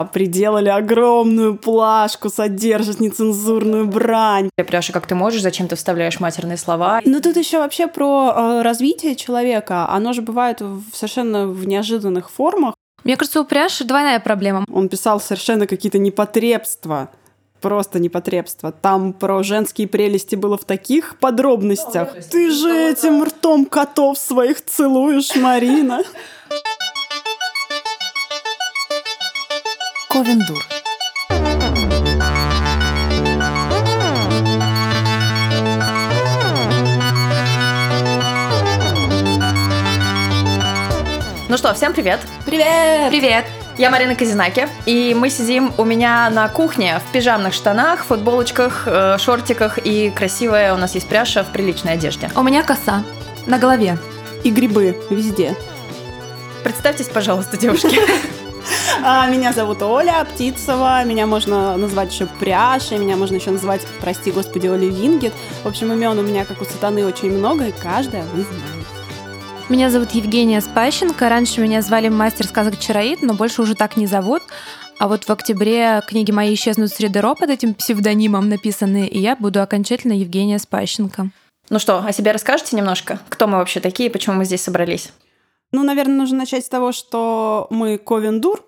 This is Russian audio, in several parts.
Приделали огромную плашку, содержит нецензурную брань. Пряша, как ты можешь, зачем ты вставляешь матерные слова? Ну тут еще вообще про развитие человека. Оно же бывает совершенно в неожиданных формах. Мне кажется, у Пряши двойная проблема. Он писал совершенно какие-то непотребства. Просто непотребство. Там про женские прелести было в таких подробностях. Ты же этим ртом котов своих целуешь, Марина. Ковендур. Ну что, всем привет! Привет! Привет! Я Марина Казинаки, и мы сидим у меня на кухне в пижамных штанах, футболочках, шортиках, и красивая у нас есть Пряша в приличной одежде. У меня коса на голове. И грибы везде. Представьтесь, пожалуйста, девушки. Меня зовут Оля Птицева, меня можно назвать еще Пряшей, меня можно еще называть, прости господи, Оля Вингет. В общем, имен у меня, как у сатаны, очень много, и каждое вы знаете. Меня зовут Евгения Спащенко. Раньше меня звали мастер сказок Чароид, но больше уже так не зовут. А вот в октябре книги мои исчезнут с Ридеро под этим псевдонимом написаны, и я буду окончательно Евгения Спащенко. Ну что, о себе расскажете немножко? Кто мы вообще такие, почему мы здесь собрались? Ну, наверное, нужно начать с того, что мы Ковендур,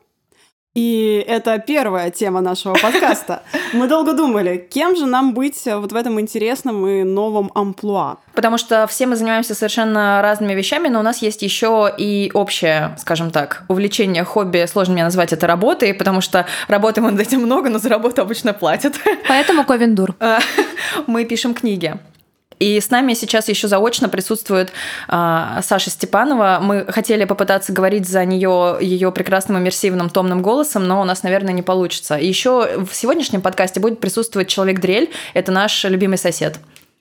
и это первая тема нашего подкаста. Мы долго думали, кем же нам быть вот в этом интересном и новом амплуа. Потому что все мы занимаемся совершенно разными вещами, но у нас есть еще и общее, скажем так, увлечение, хобби. Сложно мне назвать это работой, потому что работаем над этим много, но за работу обычно платят. Поэтому Ковендур. Мы пишем книги. И с нами сейчас еще заочно присутствует Саша Степанова. Мы хотели попытаться говорить за нее ее прекрасным иммерсивным томным голосом, но у нас, наверное, не получится. И еще в сегодняшнем подкасте будет присутствовать Человек-дрель. Это наш любимый сосед.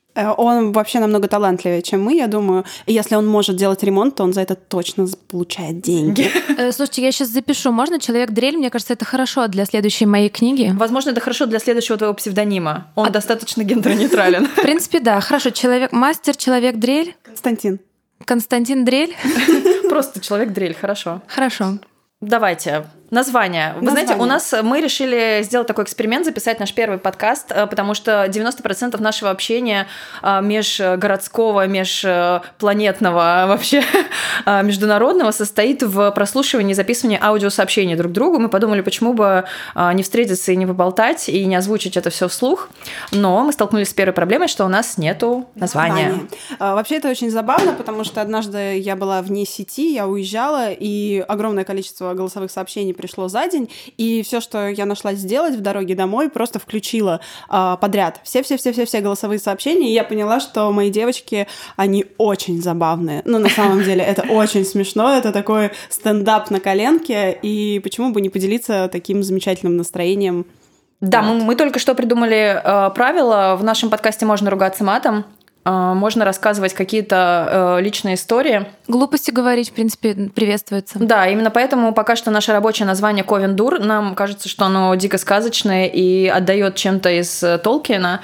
Он вообще намного талантливее, чем мы, я думаю. И если он может делать ремонт, то он за это точно получает деньги. Слушайте, я сейчас запишу. Можно Человек-дрель? Мне кажется, это хорошо для следующей моей книги. Возможно, это хорошо для следующего твоего псевдонима. Он достаточно гендернейтрален. В принципе, да. Хорошо. Мастер Человек-дрель. Константин Дрель. Просто Человек-дрель, хорошо. Хорошо. Давайте. Название. Вы знаете, мы решили сделать такой эксперимент, записать наш первый подкаст, потому что 90% нашего общения межгородского, межпланетного, вообще международного состоит в прослушивании и записывании аудиосообщений друг другу. Мы подумали, почему бы не встретиться и не поболтать, и не озвучить это все вслух. Но мы столкнулись с первой проблемой, что у нас нету названия. Вообще это очень забавно, потому что однажды я была вне сети, я уезжала, и огромное количество голосовых сообщений пришло за день, и все, что я нашла сделать в дороге домой, просто включила подряд все голосовые сообщения, и я поняла, что мои девочки, они очень забавные. Ну, на самом деле, это очень смешно, это такой стендап на коленке, и почему бы не поделиться таким замечательным настроением? Да, мы только что придумали правила. В нашем подкасте можно ругаться матом, можно рассказывать какие-то личные истории. Глупости говорить, в принципе, приветствуется. Да, именно поэтому пока что наше рабочее название Ковендур. Нам кажется, что оно дико сказочное и отдает чем-то из Толкиена.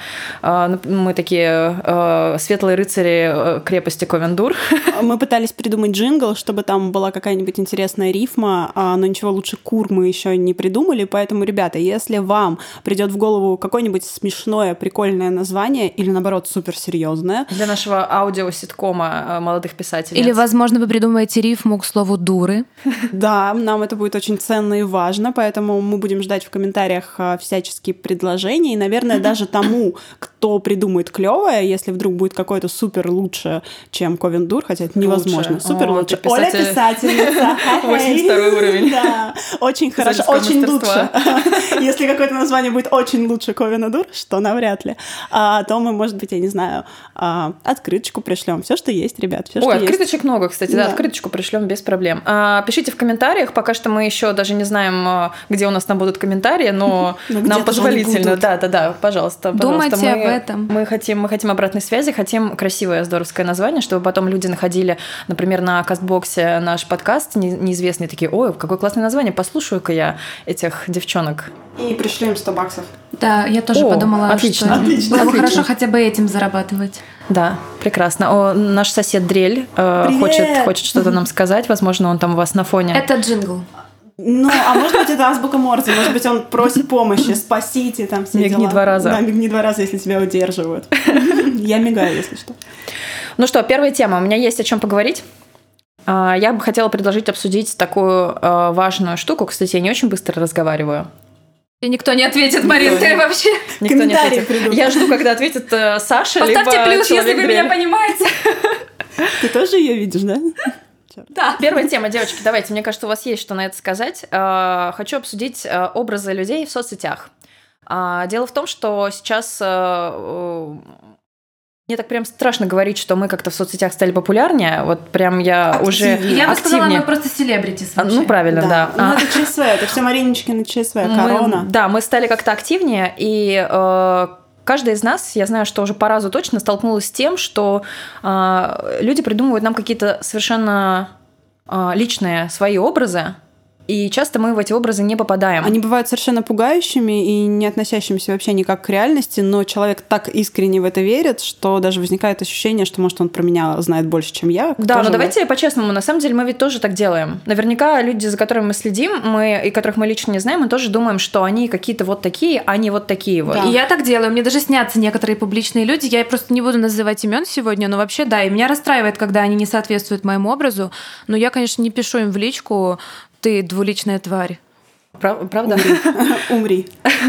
Мы такие светлые рыцари крепости Ковендур. Мы пытались придумать джингл, чтобы там была какая-нибудь интересная рифма, но ничего лучше кур мы еще не придумали. Поэтому, ребята, если вам придет в голову какое-нибудь смешное, прикольное название или, наоборот, суперсерьезное, для нашего аудиоситкома молодых писателей. Или, возможно, вы придумаете рифму к слову «дуры». Да, нам это будет очень ценно и важно, поэтому мы будем ждать в комментариях всяческие предложения, и, наверное, даже тому, кто придумает клёвое, если вдруг будет какое-то супер лучше, чем Ковендур, хотя это невозможно. Супер лучше. Оля писательница. 82 уровень. Да, очень хорошо, очень лучше. Если какое-то название будет очень лучше Ковендур, что навряд ли, то мы, может быть, я не знаю, открыточку пришлем. Все, что есть, ребят. Все, что открыточек есть. много, кстати. Да, открыточку пришлем без проблем. Пишите в комментариях. Пока что мы еще даже не знаем, где у нас там будут комментарии, но нам позволительно. Да, пожалуйста. Думайте об этом. Мы хотим обратной связи, хотим красивое, здоровское название, чтобы потом люди находили, например, на Кастбоксе наш подкаст неизвестные, такие: ой, какое классное название, послушаю-ка я этих девчонок. И пришлем $100. Да, я тоже подумала, отлично, что отлично. Хорошо хотя бы этим зарабатывать. Да, прекрасно. Наш сосед Дрель хочет что-то нам сказать. Возможно, он там у вас на фоне. Это джингл. Ну, а может быть, это азбука Морзе, может быть, он просит помощи, спасите, там все мигни дела. 2 раза. Да, мигни 2 раза, если тебя удерживают. Я мигаю, если что. Ну что, первая тема. У меня есть о чем поговорить. Я бы хотела предложить обсудить такую важную штуку. Кстати, я не очень быстро разговариваю. И никто не ответит, Марин, ты вообще... Никто не ответит. Я жду, когда ответит Саша, либо Поставьте плюс, если вы меня понимаете. Ты тоже ее видишь, да? Да. Первая тема, девочки, давайте. Мне кажется, у вас есть что на это сказать. Хочу обсудить образы людей в соцсетях. Дело в том, что сейчас... Мне так прям страшно говорить, что мы как-то в соцсетях стали популярнее. Вот прям я активнее. уже Я бы сказала, активнее. мы просто селебрити вообще. Ну, правильно, да. Ну, это ЧСВ, это все Мариночки на ЧСВ, корона. Мы стали как-то активнее, и каждая из нас, я знаю, что уже по разу точно столкнулась с тем, что люди придумывают нам какие-то совершенно личные свои образы, и часто мы в эти образы не попадаем. Они бывают совершенно пугающими и не относящимися вообще никак к реальности, но человек так искренне в это верит, что даже возникает ощущение, что, может, он про меня знает больше, чем я. Да, но давайте по-честному, на самом деле мы ведь тоже так делаем. Наверняка люди, за которыми мы следим, и которых мы лично не знаем, мы тоже думаем, что они какие-то вот такие, а не вот такие вот. Да. И я так делаю. Мне даже снятся некоторые публичные люди. Я просто не буду называть имен сегодня, но вообще, да, и меня расстраивает, когда они не соответствуют моему образу. Но я, конечно, не пишу им в личку: ты двуличная тварь. Правда? Умри.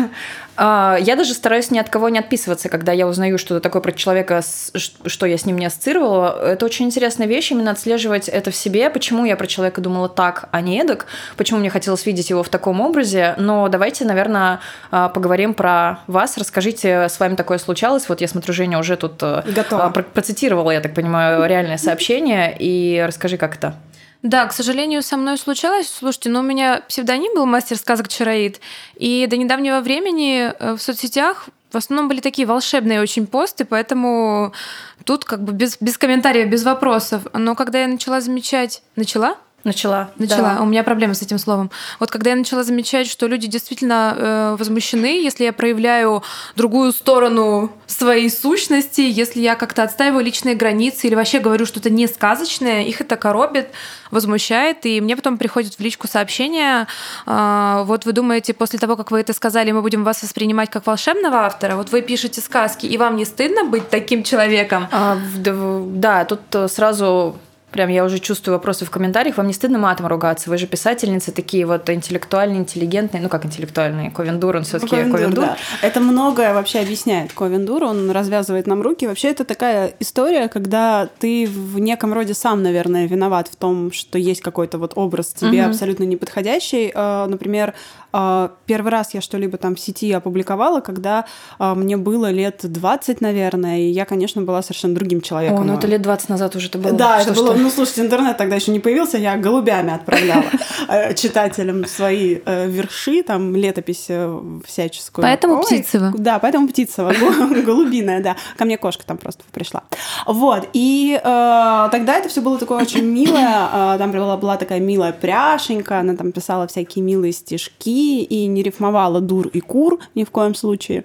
Я даже стараюсь ни от кого не отписываться, когда я узнаю что-то такое про человека, что я с ним не ассоциировала. Это очень интересная вещь, именно отслеживать это в себе. Почему я про человека думала так, а не эдак? Почему мне хотелось видеть его в таком образе? Но давайте, наверное, поговорим про вас. Расскажите, с вами такое случалось? Вот я смотрю, Женя уже тут процитировала, я так понимаю, реальное сообщение. И расскажи, как это? Да, к сожалению, со мной случалось. Слушайте, у меня псевдоним был «Мастер сказок Чароид», и до недавнего времени в соцсетях в основном были такие волшебные очень посты, поэтому тут как бы без комментариев, без вопросов. Но когда я начала замечать... Начала. Да. У меня проблемы с этим словом. Вот когда я начала замечать, что люди действительно возмущены, если я проявляю другую сторону своей сущности, если я как-то отстаиваю личные границы или вообще говорю что-то не сказочное, их это коробит, возмущает, и мне потом приходит в личку сообщение: вот вы думаете, после того, как вы это сказали, мы будем вас воспринимать как волшебного автора? Вот вы пишете сказки, и вам не стыдно быть таким человеком? Да, тут сразу... Прям я уже чувствую вопросы в комментариях. Вам не стыдно матом ругаться? Вы же писательницы такие вот интеллектуальные, интеллигентные. Ну, как интеллектуальные? Ковендур, он все-таки Ковендур. Да. Это многое вообще объясняет Ковендур. Он развязывает нам руки. Вообще это такая история, когда ты в неком роде сам, наверное, виноват в том, что есть какой-то вот образ тебе абсолютно неподходящий. Например, первый раз я что-либо там в сети опубликовала, когда мне было лет 20, наверное, и я, конечно, была совершенно другим человеком. Ну это лет 20 назад уже это было. Да, это было... Ну, слушайте, интернет тогда еще не появился, я голубями отправляла читателям свои верши, там, летопись всяческую. Поэтому Птицева. Да, поэтому Птицева, голубиная, да. Ко мне кошка там просто пришла. Вот, и тогда это все было такое очень милое, там была такая милая пряшенька, она там писала всякие милые стишки и не рифмовала дур и кур ни в коем случае.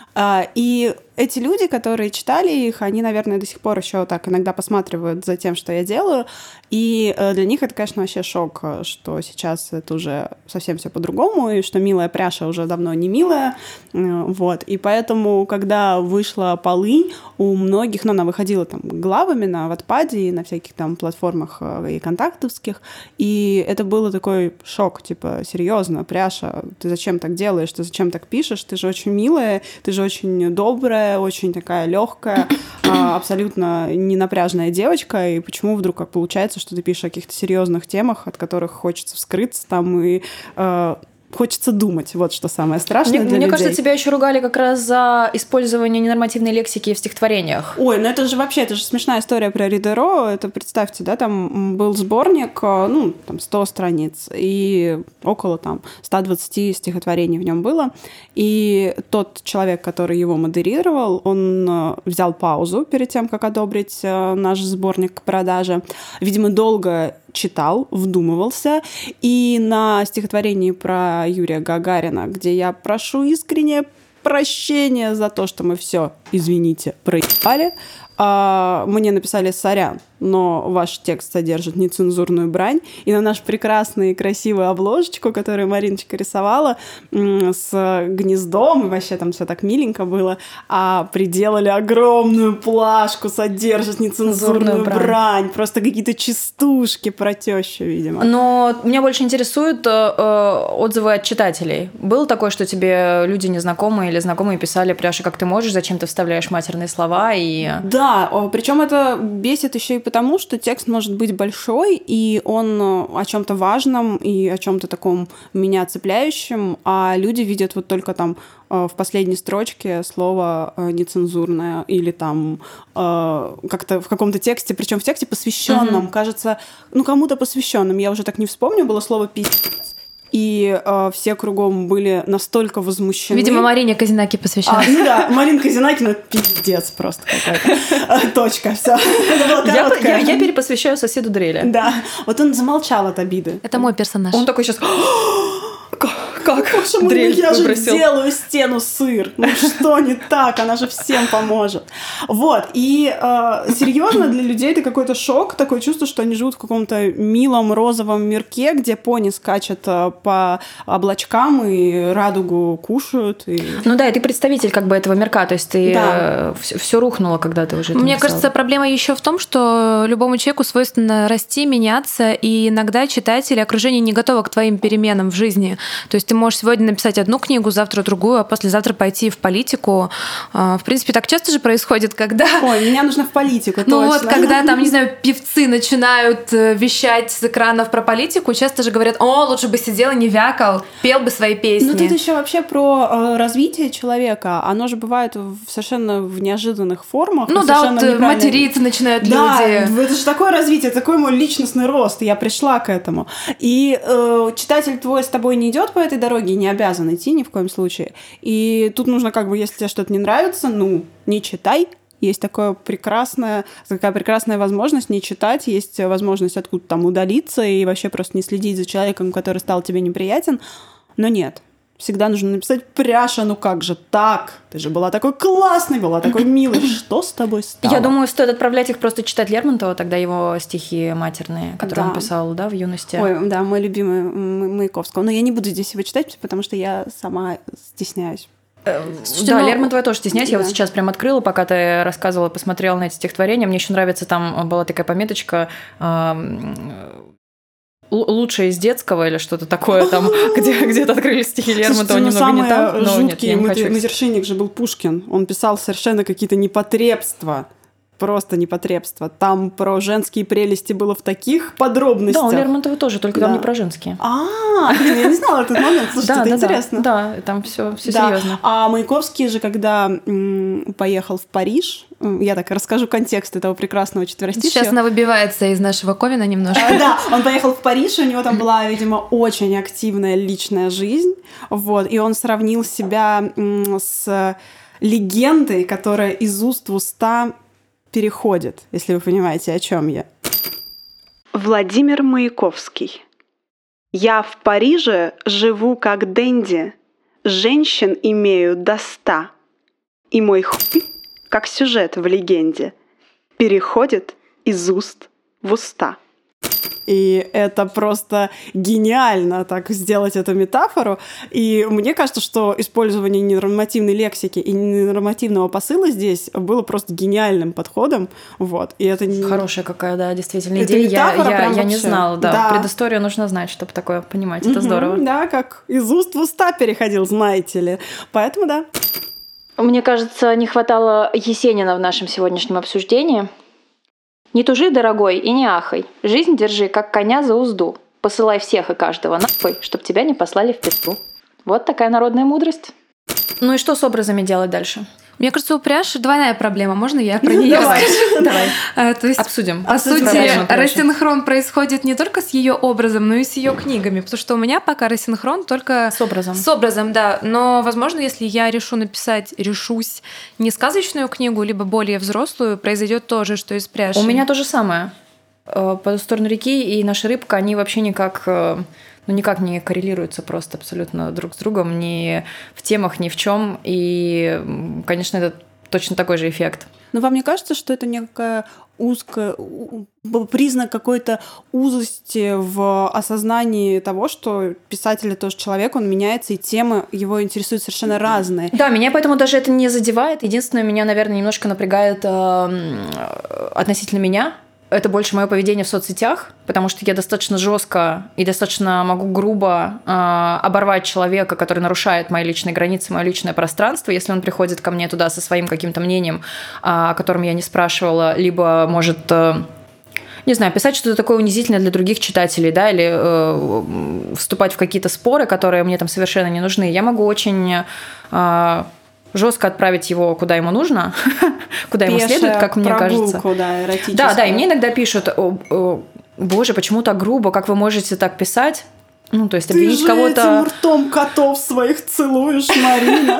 И эти люди, которые читали их, они, наверное, до сих пор еще так иногда посматривают за тем, что я делаю. И для них это, конечно, вообще шок, что сейчас это уже совсем все по-другому, и что милая пряша уже давно не милая. Вот. И поэтому, когда вышла «Полынь», у многих, ну, она выходила там главами на Wattpad и на всяких там платформах и контактовских, и это было такой шок, типа, серьезно, пряша, ты зачем так делаешь, ты зачем так пишешь, ты же очень милая, ты же очень добрая, очень такая легкая, абсолютно ненапряжная девочка, и почему вдруг как получается, что ты пишешь о каких-то серьезных темах, от которых хочется вскрыться там и хочется думать, вот что самое страшное для людей. Мне кажется, тебя еще ругали как раз за использование ненормативной лексики в стихотворениях. Ой, ну это же вообще, это же смешная история про Ридеро. Это, представьте, да, там был сборник, ну, там 100 страниц, и около там 120 стихотворений в нем было. И тот человек, который его модерировал, он взял паузу перед тем, как одобрить наш сборник к продаже. Видимо, долго читал, вдумывался, и на стихотворении про Юрия Гагарина, где я прошу искренне прощения за то, что мы все, извините, проебали, мне написали: сорян, но ваш текст содержит нецензурную брань. И на нашу прекрасную и красивую обложечку, которую Мариночка рисовала, с гнездом, и вообще там все так миленько было, приделали огромную плашку «Содержит нецензурную брань». Просто какие-то частушки про тещу, видимо. Но меня больше интересуют отзывы от читателей. Было такое, что тебе люди незнакомые или знакомые писали: Пряша, как ты можешь, зачем ты вставляешь матерные слова? Да, причем это бесит еще и потому, что текст может быть большой, и он о чем-то важном и о чем-то таком меня цепляющем, а люди видят вот только там в последней строчке слово нецензурное или там как-то в каком-то тексте, причем в тексте посвященном, кажется, кому-то посвященном. Я уже так не вспомню, было слово «пиздец». И все кругом были настолько возмущены. Видимо, Марине Козинаки посвящена. Да, Марина Козинакина пиздец просто какой-то. Точка, все. Я перепосвящаю соседу Дреля. Да, вот он замолчал от обиды. Это мой персонаж. Он такой сейчас... Как? Дрель я же делаю стену сыр. Что не так? Она же всем поможет. Вот. И серьезно, для людей это какой-то шок, такое чувство, что они живут в каком-то милом розовом мирке, где пони скачут по облачкам и радугу кушают. Ну да, и ты представитель как бы этого мирка, то есть ты все рухнуло, когда ты уже это Мне кажется, проблема еще в том, что любому человеку свойственно расти, меняться, и иногда читатели, окружение не готово к твоим переменам в жизни. То есть ты можешь сегодня написать одну книгу, завтра другую, а послезавтра пойти в политику. В принципе, так часто же происходит, когда... Ой, меня нужно в политику, точно. Ну вот, когда там, не знаю, певцы начинают вещать с экранов про политику, часто же говорят: лучше бы сидел и не вякал, пел бы свои песни. Ну тут еще вообще про развитие человека. Оно же бывает совершенно в неожиданных формах. Ну да, вот материться начинают люди. Да, это же такое развитие, такой мой личностный рост. Я пришла к этому. И читатель твой с тобой не идет по этой дороге, не обязан идти ни в коем случае. И тут нужно если тебе что-то не нравится, не читай. Есть такая прекрасная возможность не читать, есть возможность откуда-то там удалиться и вообще просто не следить за человеком, который стал тебе неприятен. Но нет. Всегда нужно написать: Пряша, как же так? Ты же была такой классной, была такой милой. Что с тобой стало? Я думаю, стоит отправлять их просто читать Лермонтова, тогда его стихи матерные, которые он писал, в юности. Ой, да, мой любимый Маяковского. Но я не буду здесь его читать, потому что я сама стесняюсь. Лермонтова я тоже стесняюсь. Я вот сейчас прям открыла, пока ты рассказывала, посмотрела на эти стихотворения. Мне еще нравится, там была такая пометочка... лучшее из детского или что-то такое, там, где-то открылись стихи Лермонтова, немного не там. Но жуткий матершинник же был Пушкин. Он писал совершенно какие-то непотребства. Просто непотребство. Там про женские прелести было в таких подробностях. Да, у Лермонтова тоже, только там не про женские. Я не знала этот момент. Слушай, это интересно. Да, там все серьезно. А Маяковский же, когда поехал в Париж, я так расскажу контекст этого прекрасного четверостишья. Сейчас она выбивается из нашего Ковина немножко. Да, он поехал в Париж, у него там была, видимо, очень активная личная жизнь. Вот, и он сравнил себя с легендой, которая из уст в уста переходит, если вы понимаете, о чем я. Владимир Маяковский. Я в Париже живу как денди, женщин имею до 100, и мой хуй, как сюжет в легенде, переходит из уст в уста. И это просто гениально так сделать эту метафору. И мне кажется, что использование ненормативной лексики и ненормативного посыла здесь было просто гениальным подходом. Вот. И это хорошая какая, да, действительно идея. Я не знала, да. Предысторию нужно знать, чтобы такое понимать. Это здорово. Да, как из уст в уста переходил, знаете ли. Поэтому да. Мне кажется, не хватало Есенина в нашем сегодняшнем обсуждении. Не тужи, дорогой, и не ахай. Жизнь держи, как коня за узду. Посылай всех и каждого нахуй, чтоб тебя не послали в пизду. Вот такая народная мудрость. Ну и что с образами делать дальше? Мне кажется, у Пряши двойная проблема. Можно я про нее скажу? Давай. То есть, обсудим. По сути, рассинхрон происходит не только с ее образом, но и с ее книгами. Потому что у меня пока рассинхрон только с образом. С образом, да. Но, возможно, если я решусь не сказочную книгу, либо более взрослую, произойдет то же, что и с Пряшей. У меня то же самое. По ту сторону реки и наша рыбка, они вообще никак не коррелируются просто абсолютно друг с другом, ни в темах, ни в чем. И, конечно, это точно такой же эффект. Но вам не кажется, что это некая признак какой-то узости в осознании того, что писатель — тоже человек, он меняется, и темы его интересуют совершенно разные. Да, меня поэтому даже это не задевает. Единственное, меня, наверное, немножко напрягает относительно меня. Это больше мое поведение в соцсетях, потому что я достаточно жестко и достаточно могу грубо оборвать человека, который нарушает мои личные границы, мое личное пространство, если он приходит ко мне туда со своим каким-то мнением, о котором я не спрашивала, либо может, не знаю, писать что-то такое унизительное для других читателей, да, или вступать в какие-то споры, которые мне там совершенно не нужны. Я могу очень жестко отправить его куда ему нужно, куда ему следует, как мне кажется. Да, эротическую. Да, и мне иногда пишут: боже, почему так грубо, как вы можете так писать? Ну, то есть обвинить кого-то... Ты же этим ртом котов своих целуешь, Марина.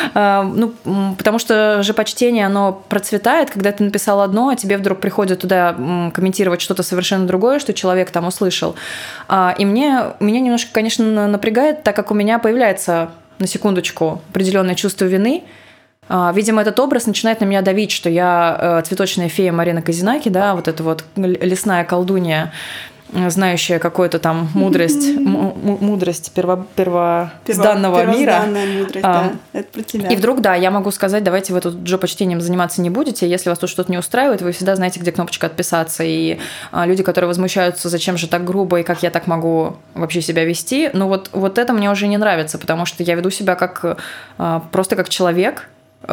Потому что же почтение, оно процветает, когда ты написал одно, а тебе вдруг приходит туда комментировать что-то совершенно другое, что человек там услышал. И меня немножко, конечно, напрягает, так как у меня появляется, на секундочку, определенное чувство вины. Видимо, этот образ начинает на меня давить, что я цветочная фея Марина Козинаки, да, вот эта вот лесная колдунья, знающая какую-то там мудрость первозданного мира. Мудрость, да. Это про тебя. И вдруг, да, я могу сказать: давайте вы тут джо-почтением заниматься не будете, если вас тут что-то не устраивает, вы всегда знаете, где кнопочка «Отписаться». И люди, которые возмущаются, зачем же так грубо, и как я так могу вообще себя вести, ну вот это мне уже не нравится, потому что я веду себя просто как человек,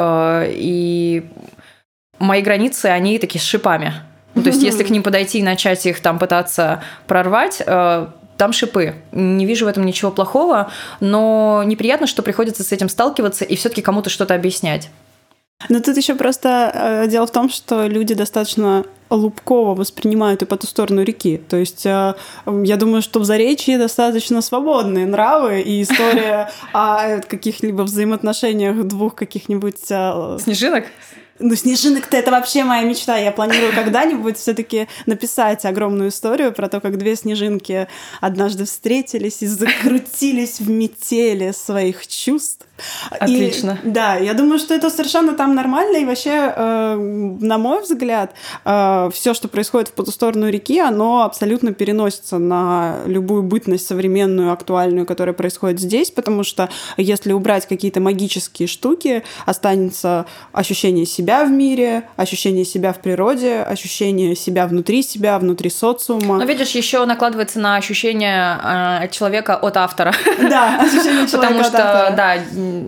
и мои границы, они такие с шипами. Ну, то есть, если к ним подойти и начать их там пытаться прорвать, там шипы. Не вижу в этом ничего плохого, но неприятно, что приходится с этим сталкиваться и все-таки кому-то что-то объяснять. Но тут еще просто дело в том, что люди достаточно лубково воспринимают и по ту сторону реки. То есть я думаю, что в Заречье достаточно свободные нравы, и история о каких-либо взаимоотношениях двух каких-нибудь... Снежинок? Ну, снежинок-то это вообще моя мечта. Я планирую когда-нибудь все-таки написать огромную историю про то, как две снежинки однажды встретились и закрутились в метели своих чувств. Отлично. Да, я думаю, что это совершенно там нормально, и вообще, на мой взгляд, все, что происходит в по ту сторону реки, оно абсолютно переносится на любую бытность современную, актуальную, которая происходит здесь, потому что если убрать какие-то магические штуки, останется ощущение себя в мире, ощущение себя в природе, ощущение себя, внутри социума. Но видишь, еще накладывается на ощущение человека от автора. Да, ощущение человека потому от автора. Что, да,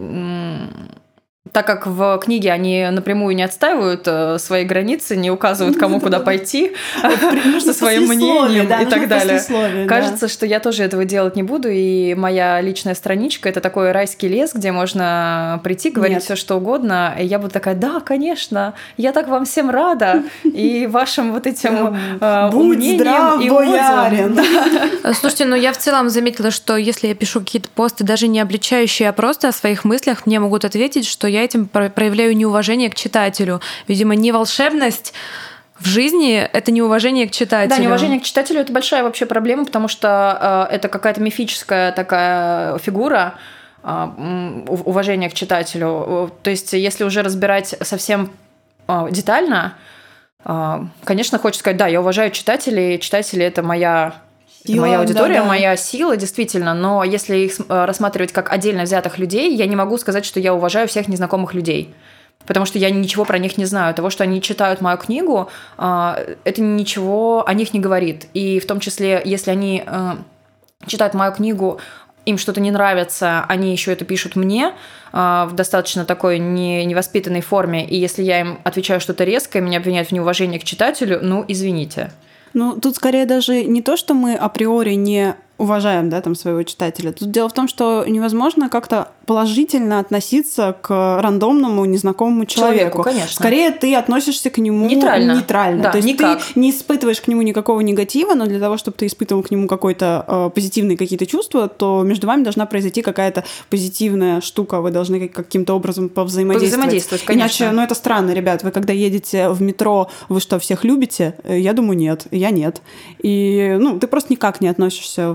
так как в книге они напрямую не отстаивают свои границы, не указывают, кому куда пойти со своим мнением и так далее. Кажется, что я тоже этого делать не буду, и моя личная страничка — это такой райский лес, где можно прийти, говорить все что угодно, и я буду такая: да, конечно, я так вам всем рада, и вашим вот этим мнением и отзывом. Слушайте, ну я в целом заметила, что если я пишу какие-то посты, даже не обличающие, а просто о своих мыслях, мне могут ответить, что я этим проявляю неуважение к читателю. Видимо, не волшебность в жизни — это неуважение к читателю. Да, неуважение к читателю — это большая вообще проблема, потому что это какая-то мифическая такая фигура уважения к читателю. То есть, если уже разбирать совсем детально, конечно, хочется сказать: да, я уважаю читателей, читатели — это моя аудитория, да. Моя сила, действительно. Но если их рассматривать как отдельно взятых людей, я не могу сказать, что я уважаю всех незнакомых людей. Потому что я ничего про них не знаю. Того, что они читают мою книгу, это ничего о них не говорит. И в том числе, если они читают мою книгу, им что-то не нравится, они еще это пишут мне в достаточно такой невоспитанной форме. И если я им отвечаю что-то резкое, меня обвиняют в неуважении к читателю, ну, извините. Ну, тут скорее даже не то, что мы априори не уважаем, да, там, своего читателя. Тут дело в том, что невозможно как-то положительно относиться к рандомному, незнакомому человеку. Конечно. Скорее ты относишься к нему нейтрально. Да, то есть никак. Ты не испытываешь к нему никакого негатива, но для того, чтобы ты испытывал к нему какой-то позитивные какие-то чувства, то между вами должна произойти какая-то позитивная штука, вы должны каким-то образом повзаимодействовать. Конечно. Иначе, это странно, ребят. Вы когда едете в метро, вы что, всех любите? Я думаю, нет. Я нет. И, ты просто никак не относишься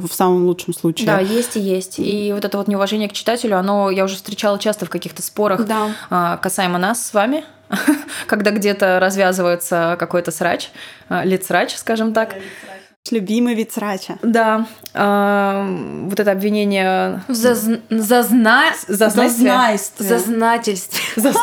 в самом лучшем случае. Да, есть и есть. И вот это вот неуважение к читателю, оно я уже встречала часто в каких-то спорах касаемо нас с вами, когда где-то развязывается какой-то срач, лицрач, скажем так. Любимый вид срача. Да. Вот это обвинение в зазнательстве.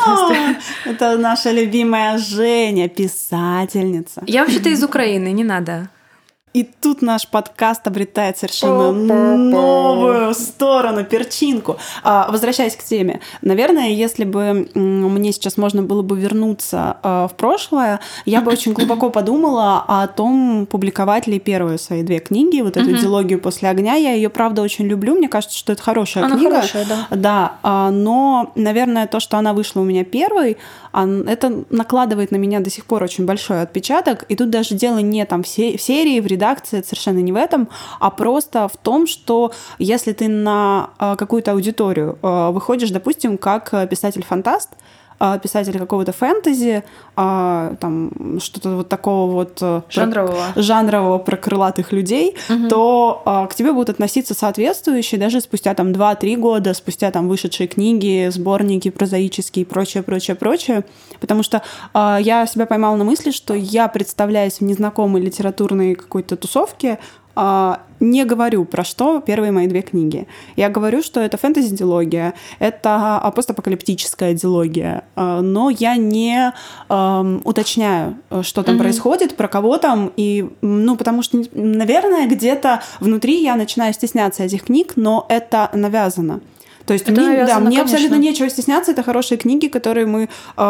Это наша любимая Женя, писательница. Я вообще-то из Украины, не надо. И тут наш подкаст обретает совершенно новую сторону, перчинку. Возвращаясь к теме. Наверное, если бы мне сейчас можно было бы вернуться в прошлое, я бы очень глубоко подумала о том, публиковать ли первые свои 2 книги, вот эту «Дилогию после огня». Я ее, правда, очень люблю. Мне кажется, что это хорошая книга. Она хорошая, да. Да, но, наверное, то, что она вышла у меня первой, это накладывает на меня до сих пор очень большой отпечаток. И тут даже дело не там в серии, в редакции, это совершенно не в этом, а просто в том, что если ты на какую-то аудиторию выходишь, допустим, как писатель-фантаст, писатель какого-то фэнтези, там что-то вот такого вот жанрового про крылатых людей, то к тебе будут относиться соответствующе даже спустя там 2-3 года, спустя там вышедшие книги, сборники прозаические и прочее. Потому что я себя поймала на мысли, что я представляюсь в незнакомой литературной какой-то тусовке, не говорю про что первые мои 2 книги. Я говорю, что это фэнтези-дилогия, это постапокалиптическая дилогия, но я не уточняю, что там происходит, про кого там, и, потому что, наверное, где-то внутри я начинаю стесняться этих книг, но это навязано. То есть мне абсолютно нечего стесняться. Это хорошие книги, которые мы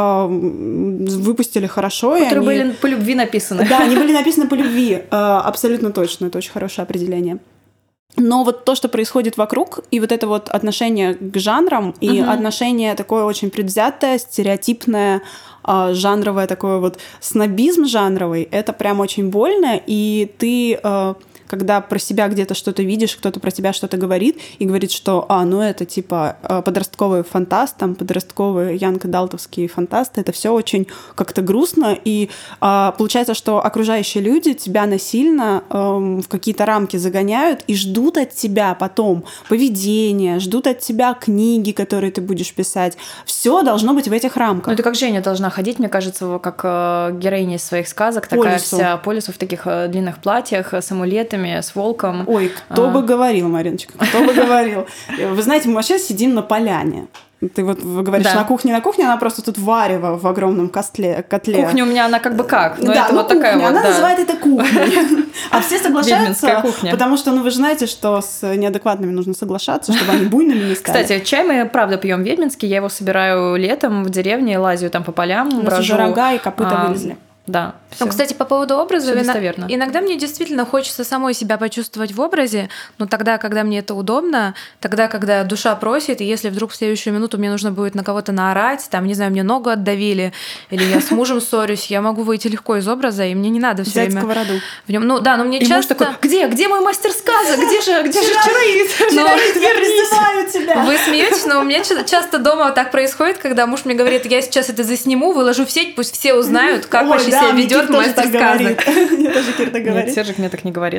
выпустили хорошо. Которые были по любви написаны. Да, они были написаны по любви. Абсолютно точно. Это очень хорошее определение. Но вот то, что происходит вокруг, и вот это вот отношение к жанрам, и отношение такое очень предвзятое, стереотипное, жанровое, такое вот снобизм жанровый, это прям очень больно, и ты... когда про себя где-то что-то видишь, кто-то про тебя что-то говорит, и говорит, что, это типа подростковый фантаст, там, подростковые янг-адалтовские фантасты, это все очень как-то грустно, и получается, что окружающие люди тебя насильно в какие-то рамки загоняют и ждут от тебя потом поведения, ждут от тебя книги, которые ты будешь писать. Все должно быть в этих рамках. Ну, это как Женя должна ходить, мне кажется, как героиня из своих сказок, такая вся по лесу в таких длинных платьях, с амулетами, с волком. Ой, кто бы говорил, Мариночка, кто бы говорил. Вы знаете, мы вообще сидим на поляне. Ты вот говоришь, на кухне, она просто тут варево в огромном котле. Кухня у меня, она как бы как? Но это вот такая вот, она называет это кухней. А все соглашаются, потому что, вы же знаете, что с неадекватными нужно соглашаться, чтобы они буйными не стали. Кстати, чай мы, правда, пьем ведьминский. Я его собираю летом в деревне, лазю там по полям, брожу. У нас уже рога и копыта вылезли. Да. Ну, кстати, по поводу образа, иногда мне действительно хочется самой себя почувствовать в образе, но тогда, когда мне это удобно, тогда, когда душа просит, и если вдруг в следующую минуту мне нужно будет на кого-то наорать, там, не знаю, мне ногу отдавили, или я с мужем ссорюсь, я могу выйти легко из образа, и мне не надо все время сковороду в нем. Ну да, но мне и часто... муж такой, где мой мастер сказок? Где же Чароид? Чароид, я призываю тебя! Вы смеетесь, но у меня часто дома так происходит, когда муж мне говорит, я сейчас это засниму, выложу в сеть, пусть все узнают, как вообще себя ведет мастер сказок. Мне тоже Кир так говорит. Нет, Сержик мне так не говорит.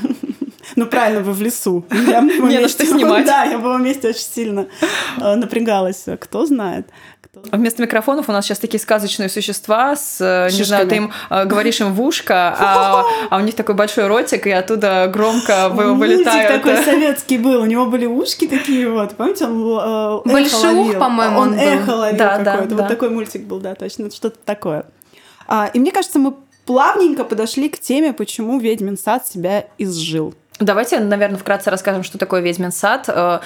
Ну, правильно, вы в лесу. Не на что снимать. Да, я в его месте очень сильно напрягалась. Кто знает. Вместо микрофонов у нас сейчас такие сказочные существа не знаю, ты им говоришь им в ушко, а у них такой большой ротик, и оттуда громко вылетают. Мультик такой советский был, у него были ушки такие вот, помните, он большой ух, по-моему, он эхо ловил какой-то. Вот да. такой мультик был, да, точно, что-то такое. И мне кажется, мы плавненько подошли к теме, почему «Ведьмин сад» себя изжил. Давайте, наверное, вкратце расскажем, что такое «Ведьмин сад».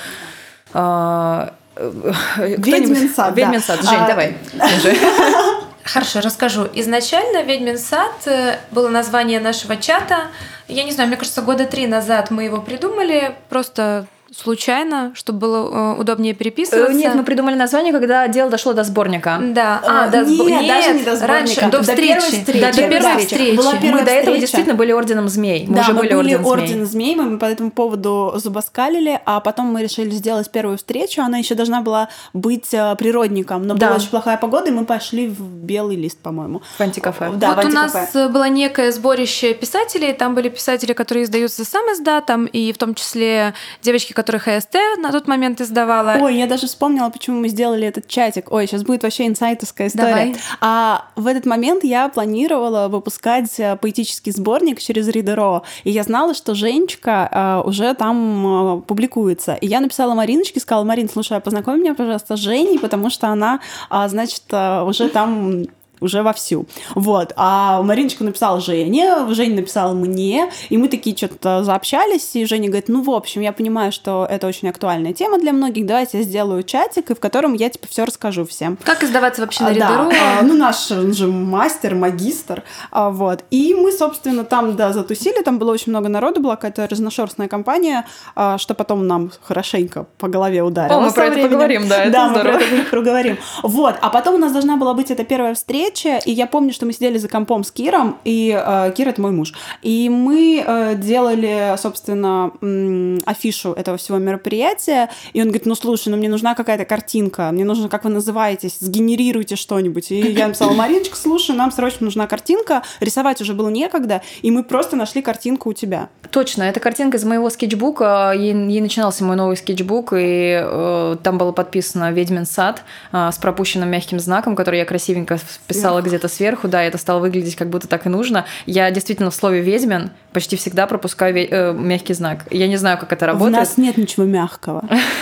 «Ведьмин сад», да. «Ведьмин сад». Жень, давай. Хорошо, расскажу. Изначально «Ведьмин сад» было название нашего чата. Я не знаю, мне кажется, 3 года назад мы его придумали, просто случайно, чтобы было удобнее переписываться? Нет, мы придумали название, когда дело дошло до сборника. Да. Даже не до сборника. Раньше, до встречи. До первой встречи. Была первая мы до этого встреча. Действительно были орденом змей. Мы уже были орден змей, мы по этому поводу зубоскалили, а потом мы решили сделать первую встречу. Она еще должна была быть природником, но была очень плохая погода, и мы пошли в Белый лист, по-моему. В антикафе. Да, вот у нас было некое сборище писателей, там были писатели, которые издаются сам издатом, и в том числе девочки, которых АСТ на тот момент издавала. Ой, я даже вспомнила, почему мы сделали этот чатик. Ой, сейчас будет вообще инсайтерская история. Давай. А в этот момент я планировала выпускать поэтический сборник через Reader.ro, и я знала, что Женечка уже там публикуется. И я написала Мариночке, сказала: Марин, слушай, познакомь меня, пожалуйста, с Женей, потому что она, значит, уже там уже вовсю. Вот. А Мариночка написала Жене, Женя написала мне, и мы такие что-то заобщались, и Женя говорит: ну, в общем, я понимаю, что это очень актуальная тема для многих, давайте я сделаю чатик, и в котором я, типа, все расскажу всем. Как издаваться вообще на Reader.ro? Reader.ro? Ну, наш же мастер, магистр, вот. И мы, собственно, там, да, затусили, там было очень много народу, была какая-то разношерстная компания, что потом нам хорошенько по голове ударило. О, мы про это поговорим, да, это да, здорово. мы про это поговорим. Вот, а потом у нас должна была быть эта первая встреча, и я помню, что мы сидели за компом с Киром, и Кир — это мой муж, и мы делали, собственно, афишу этого всего мероприятия, и он говорит: ну, слушай, ну, мне нужна какая-то картинка, мне нужно, как вы называетесь, сгенерируйте что-нибудь. И я написала: Мариночка, слушай, нам срочно нужна картинка, рисовать уже было некогда, и мы просто нашли картинку у тебя. Точно, это картинка из моего скетчбука, ей начинался мой новый скетчбук, и там было подписано «Ведьмин сад» с пропущенным мягким знаком, который я красивенько вписала где-то сверху, да, это стало выглядеть как будто так и нужно. Я действительно в слове «ведьмин» почти всегда пропускаю мягкий знак. Я не знаю, как это работает. У нас нет ничего мягкого.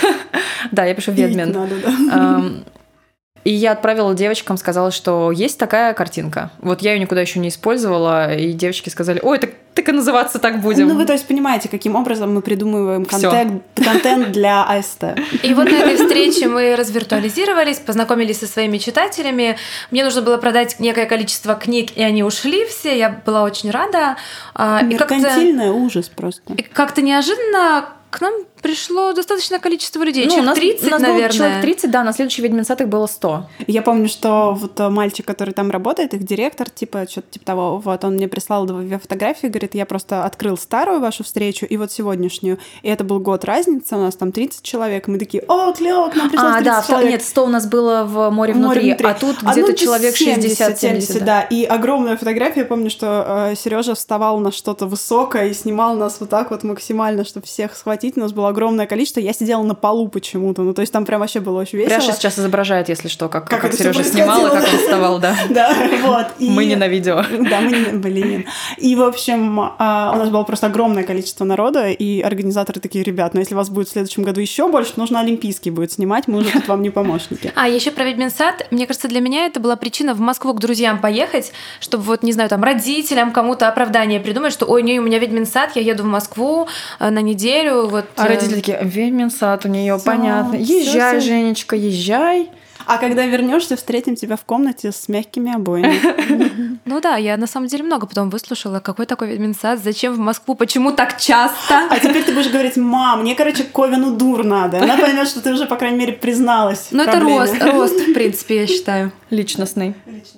Да, я пишу «ведьмин». И я отправила девочкам, сказала, что есть такая картинка. Вот я ее никуда еще не использовала, и девочки сказали: ой, так и называться так будем. Ну, вы, то есть, понимаете, каким образом мы придумываем контент для АСТ. И вот на этой встрече мы развиртуализировались, познакомились со своими читателями. Мне нужно было продать некое количество книг, и они ушли все. Я была очень рада. Меркантильный ужас просто. И как-то неожиданно к нам пришло достаточное количество людей. Ну, человек 30, у нас наверное. Было человек 30, да, на следующий «Ведьмин сад» их было 100. Я помню, что вот мальчик, который там работает, их директор, типа, что-то типа того, вот, он мне прислал 2 фотографии, говорит: я просто открыл старую вашу встречу и вот сегодняшнюю. И это был год разницы, у нас там 30 человек, и мы такие: о, клево, к нам пришло 30 человек. Нет, 100 у нас было в «Море внутри», а тут где-то человек 60-70. Да, и огромная фотография. Я помню, что Сережа вставал на что-то высокое и снимал нас вот так вот максимально, чтобы всех схватить. У нас было огромное количество. Я сидела на полу почему-то. Ну, то есть там прям вообще было очень весело. Пряша сейчас изображает, если что, как Сережа снимал снимал и как он вставал, да. Да, вот. Мы не на видео. Да, блин. И, в общем, у нас было просто огромное количество народа, и организаторы такие: ребят, но если вас будет в следующем году еще больше, нужно олимпийский будет снимать, мы уже тут вам не помощники. А еще про «Ведьмин сад». Мне кажется, для меня это была причина в Москву к друзьям поехать, чтобы вот, не знаю, там родителям кому-то оправдание придумать, что: ой, не, у меня «Ведьмин сад», я еду в Москву на неделю. Вот. А родители такие: «Ведьмин сад» у нее, понятно. Езжай, Женечка, езжай. А когда вернешься, встретим тебя в комнате с мягкими обоями. Ну да, я на самом деле много потом выслушала, какой такой «Ведьмин сад», зачем в Москву, почему так часто. А теперь ты будешь говорить: мам, мне, короче, Ковину дур надо. Она поймет, что ты уже, по крайней мере, призналась. Ну это рост, в принципе, я считаю. Личностный.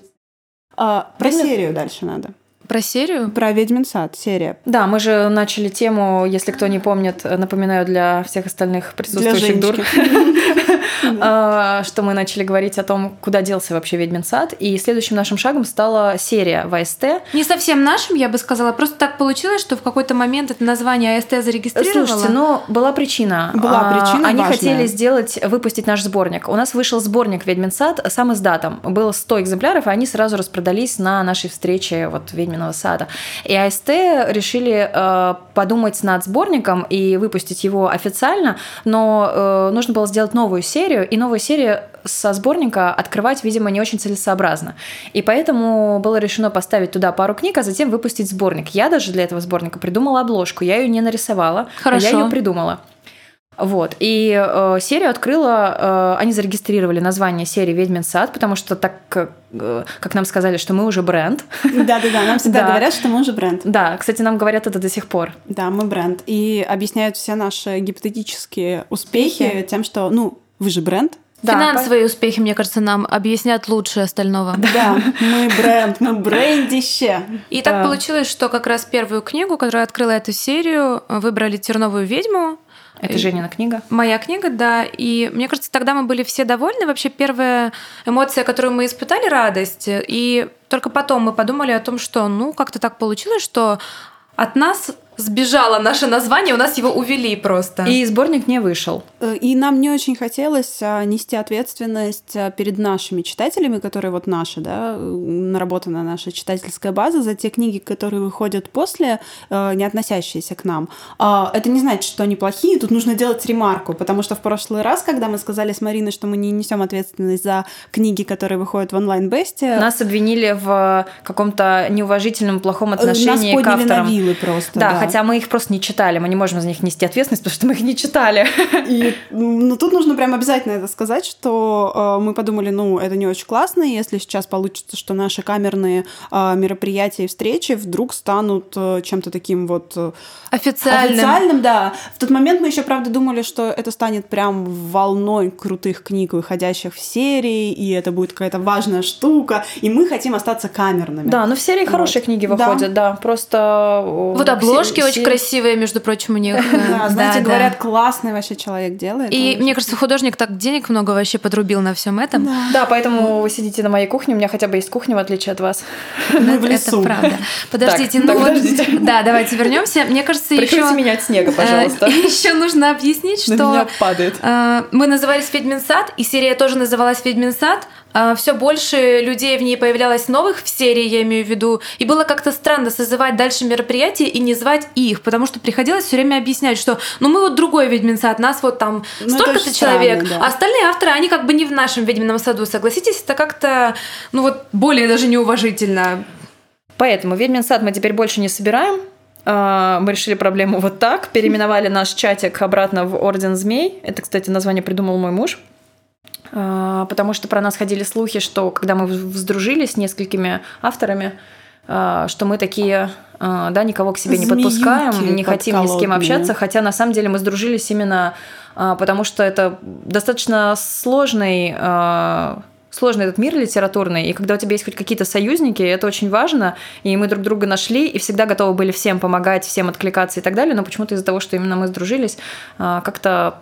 Про серию дальше надо. Про серию? Про «Ведьмин сад», серия. Да, мы же начали тему, если кто не помнит, напоминаю для всех остальных присутствующих дур, что мы начали говорить о том, куда делся вообще «Ведьмин сад», и следующим нашим шагом стала серия в АСТ. Не совсем нашим, я бы сказала, просто так получилось, что в какой-то момент это название АСТ зарегистрировало. Слушайте, но была причина. Они хотели выпустить наш сборник. У нас вышел сборник «Ведьмин сад» сам издатом. Было 100 экземпляров, и они сразу распродались на нашей встрече вот «Ведьмин сада». И АСТ решили подумать над сборником и выпустить его официально, но нужно было сделать новую серию, и новую серию со сборника открывать, видимо, не очень целесообразно. И поэтому было решено поставить туда пару книг, а затем выпустить сборник. Я даже для этого сборника придумала обложку. Я ее не нарисовала, но я ее придумала. Вот. И серию открыла, они зарегистрировали название серии «Ведьмин сад», потому что так, как нам сказали, что мы уже бренд. Да-да-да, нам всегда говорят, что мы уже бренд. Да, кстати, нам говорят это до сих пор. Да, мы бренд. И объясняют все наши гипотетические успехи тем, что, вы же бренд. Финансовые успехи, мне кажется, нам объяснят лучше остального. Да, мы бренд, мы брендище. И так получилось, что как раз первую книгу, которая открыла эту серию, выбрали «Терновую ведьму». Это Женина книга. Моя книга, да. И мне кажется, тогда мы были все довольны. Вообще первая эмоция, которую мы испытали, радость. И только потом мы подумали о том, что как-то так получилось, что от нас сбежало наше название, у нас его увели просто. И сборник не вышел. И нам не очень хотелось нести ответственность перед нашими читателями, которые наши, наработана наша читательская база, за те книги, которые выходят после, не относящиеся к нам. Это не значит, что они плохие, тут нужно делать ремарку, потому что в прошлый раз, когда мы сказали с Мариной, что мы не несем ответственность за книги, которые выходят в онлайн-бесте, нас обвинили в каком-то неуважительном, плохом отношении к авторам. Нас подняли на вилы просто. Да, хотя мы их просто не читали, мы не можем за них нести ответственность, потому что мы их не читали. Тут нужно прям обязательно это сказать, что мы подумали, это не очень классно, если сейчас получится, что наши камерные мероприятия и встречи вдруг станут чем-то таким официальным, да. В тот момент мы еще, правда, думали, что это станет прям волной крутых книг, выходящих в серии, и это будет какая-то важная штука, и мы хотим остаться камерными. Да, но в серии хорошие книги выходят, да, просто... обложки очень красивые, между прочим, у них. Да, знаете, говорят, классный вообще человек делает. И мне кажется, художник так денег много вообще подрубил на всем этом. Да, поэтому вы сидите на моей кухне, у меня хотя бы есть кухня, в отличие от вас. Мы в лесу. Это правда. Подождите, да, давайте вернемся. Мне кажется, прекратите меня от снега, пожалуйста. Еще нужно объяснить, что... На меня падает. Мы назывались «Ведьмин сад», и серия тоже называлась «Ведьмин сад». Все больше людей в ней появлялось новых в серии, я имею в виду. И было как-то странно созывать дальше мероприятия и не звать их, потому что приходилось все время объяснять, что мы другой «Ведьмин сад», нас там столько-то человек, странно, да. А остальные авторы, они как бы не в нашем «Ведьмином саду». Согласитесь, это как-то, более даже неуважительно. Поэтому «Ведьмин сад» мы теперь больше не собираем. Мы решили проблему вот так. Переименовали наш чатик обратно в «Орден змей». Это, кстати, название придумал мой муж. Потому что про нас ходили слухи, что когда мы сдружились с несколькими авторами, что мы такие, никого к себе не подпускаем, не хотим ни с кем общаться, хотя на самом деле мы сдружились именно потому, что это достаточно сложный этот мир литературный, и когда у тебя есть хоть какие-то союзники, это очень важно, и мы друг друга нашли, и всегда готовы были всем помогать, всем откликаться и так далее, но почему-то из-за того, что именно мы сдружились, как-то...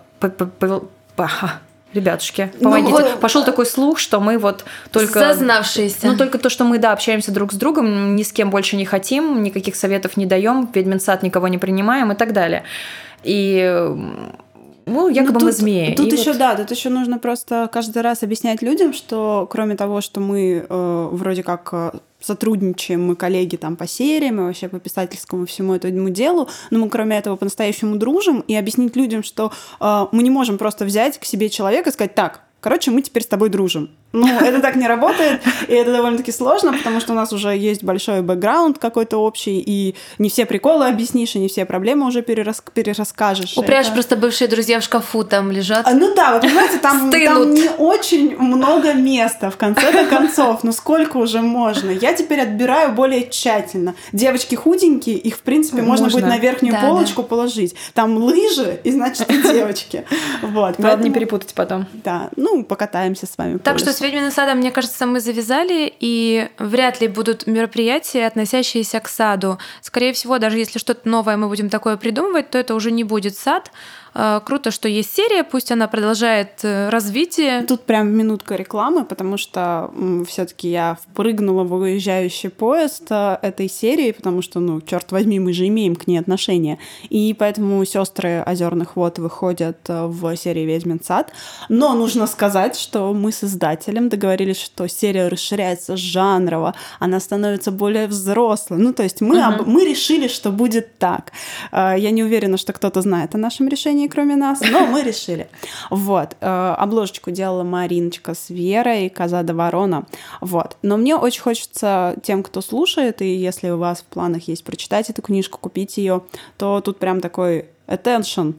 Ребятушки, помогите. Пошел такой слух, что мы только... Зазнавшиеся. Только то, что мы, общаемся друг с другом, ни с кем больше не хотим, никаких советов не даем, в «Ведьмин сад» никого не принимаем и так далее. И... якобы мы змеи. Тут еще нужно просто каждый раз объяснять людям, что кроме того, что мы вроде как сотрудничаем, мы коллеги по сериям, и вообще по писательскому всему этому делу, но мы кроме этого по-настоящему дружим, и объяснить людям, что мы не можем просто взять к себе человека и сказать: так, мы теперь с тобой дружим. Это так не работает, и это довольно-таки сложно, потому что у нас уже есть большой бэкграунд какой-то общий, и не все приколы объяснишь, и не все проблемы уже перерасскажешь. Упрячь просто бывшие друзья в шкафу там лежат. Вы понимаете, там не очень много места, в конце-то концов. Сколько уже можно? Я теперь отбираю более тщательно. Девочки худенькие, их, в принципе, можно будет на верхнюю полочку положить. Там лыжи, и значит, и девочки. Главное не перепутать потом. Да, покатаемся с вами. Так что с «Ведьминым садом», мне кажется, мы завязали, и вряд ли будут мероприятия, относящиеся к саду. Скорее всего, даже если что-то новое мы будем такое придумывать, то это уже не будет сад. Круто, что есть серия, пусть она продолжает развитие. Тут прям минутка рекламы, потому что все-таки я впрыгнула в уезжающий поезд этой серии, потому что, черт возьми, мы же имеем к ней отношение. И поэтому «Сестры озерных вод» выходят в серии «Ведьмин сад». Но нужно сказать, что мы с издателем договорились, что серия расширяется жанрово, она становится более взрослой. То есть мы решили, что будет так. Я не уверена, что кто-то знает о нашем решении, кроме нас, но мы решили. Обложечку делала Мариночка с Верой, «Коза да ворона». Но мне очень хочется тем, кто слушает, и если у вас в планах есть прочитать эту книжку, купить ее, то тут прям такой attention.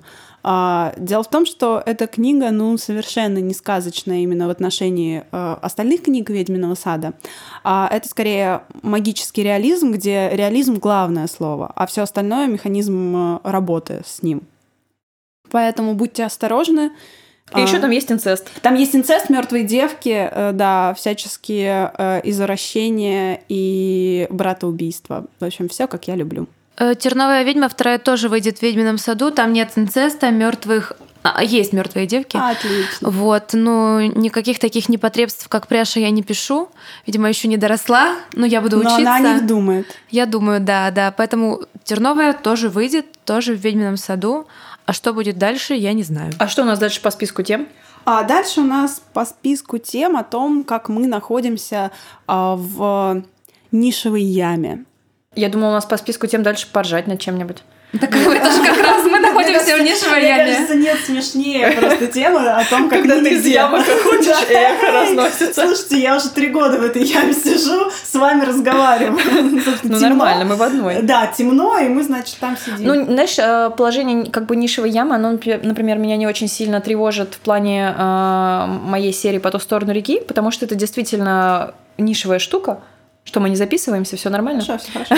Дело в том, что эта книга, совершенно не сказочная именно в отношении остальных книг «Ведьминого сада». Это скорее магический реализм, где реализм — главное слово, а все остальное — механизм работы с ним. Поэтому будьте осторожны. И еще там есть инцест. Там есть инцест, мертвые девки, да, всяческие извращения и братоубийства. В общем, все, как я люблю. «Терновая ведьма» вторая тоже выйдет в «Ведьмином саду». Там нет инцеста, мертвых. Есть мертвые девки. Отлично. Вот, никаких таких непотребств, как Пряша, я не пишу. Видимо, еще не доросла, но я буду учиться. Но она о них думает. Я думаю, да. Поэтому «Терновая» тоже выйдет, тоже в «Ведьмином саду». А что будет дальше, я не знаю. А что у нас дальше по списку тем? А дальше у нас по списку тем о том, как мы находимся в нишевой яме. Я думала, у нас по списку тем дальше поржать над чем-нибудь. Так это же как раз мы находимся в нишевой яме. Мне кажется, нет смешнее просто темы о том, как когда ты из ямы выходишь, эхо разносится. Слушайте, я уже 3 года в этой яме сижу, с вами разговариваю. Нормально, мы в одной. Да, темно, и мы, значит, там сидим. Знаешь, положение как бы нишевой ямы, оно, например, меня не очень сильно тревожит в плане моей серии «По ту сторону реки», потому что это действительно нишевая штука. Что, мы не записываемся, все нормально? Хорошо, все хорошо.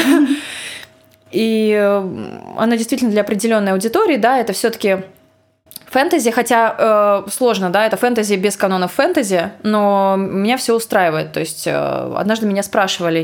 И она действительно для определенной аудитории, да, это все-таки фэнтези, хотя сложно, да, это фэнтези без канонов фэнтези, но меня все устраивает. То есть однажды меня спрашивали,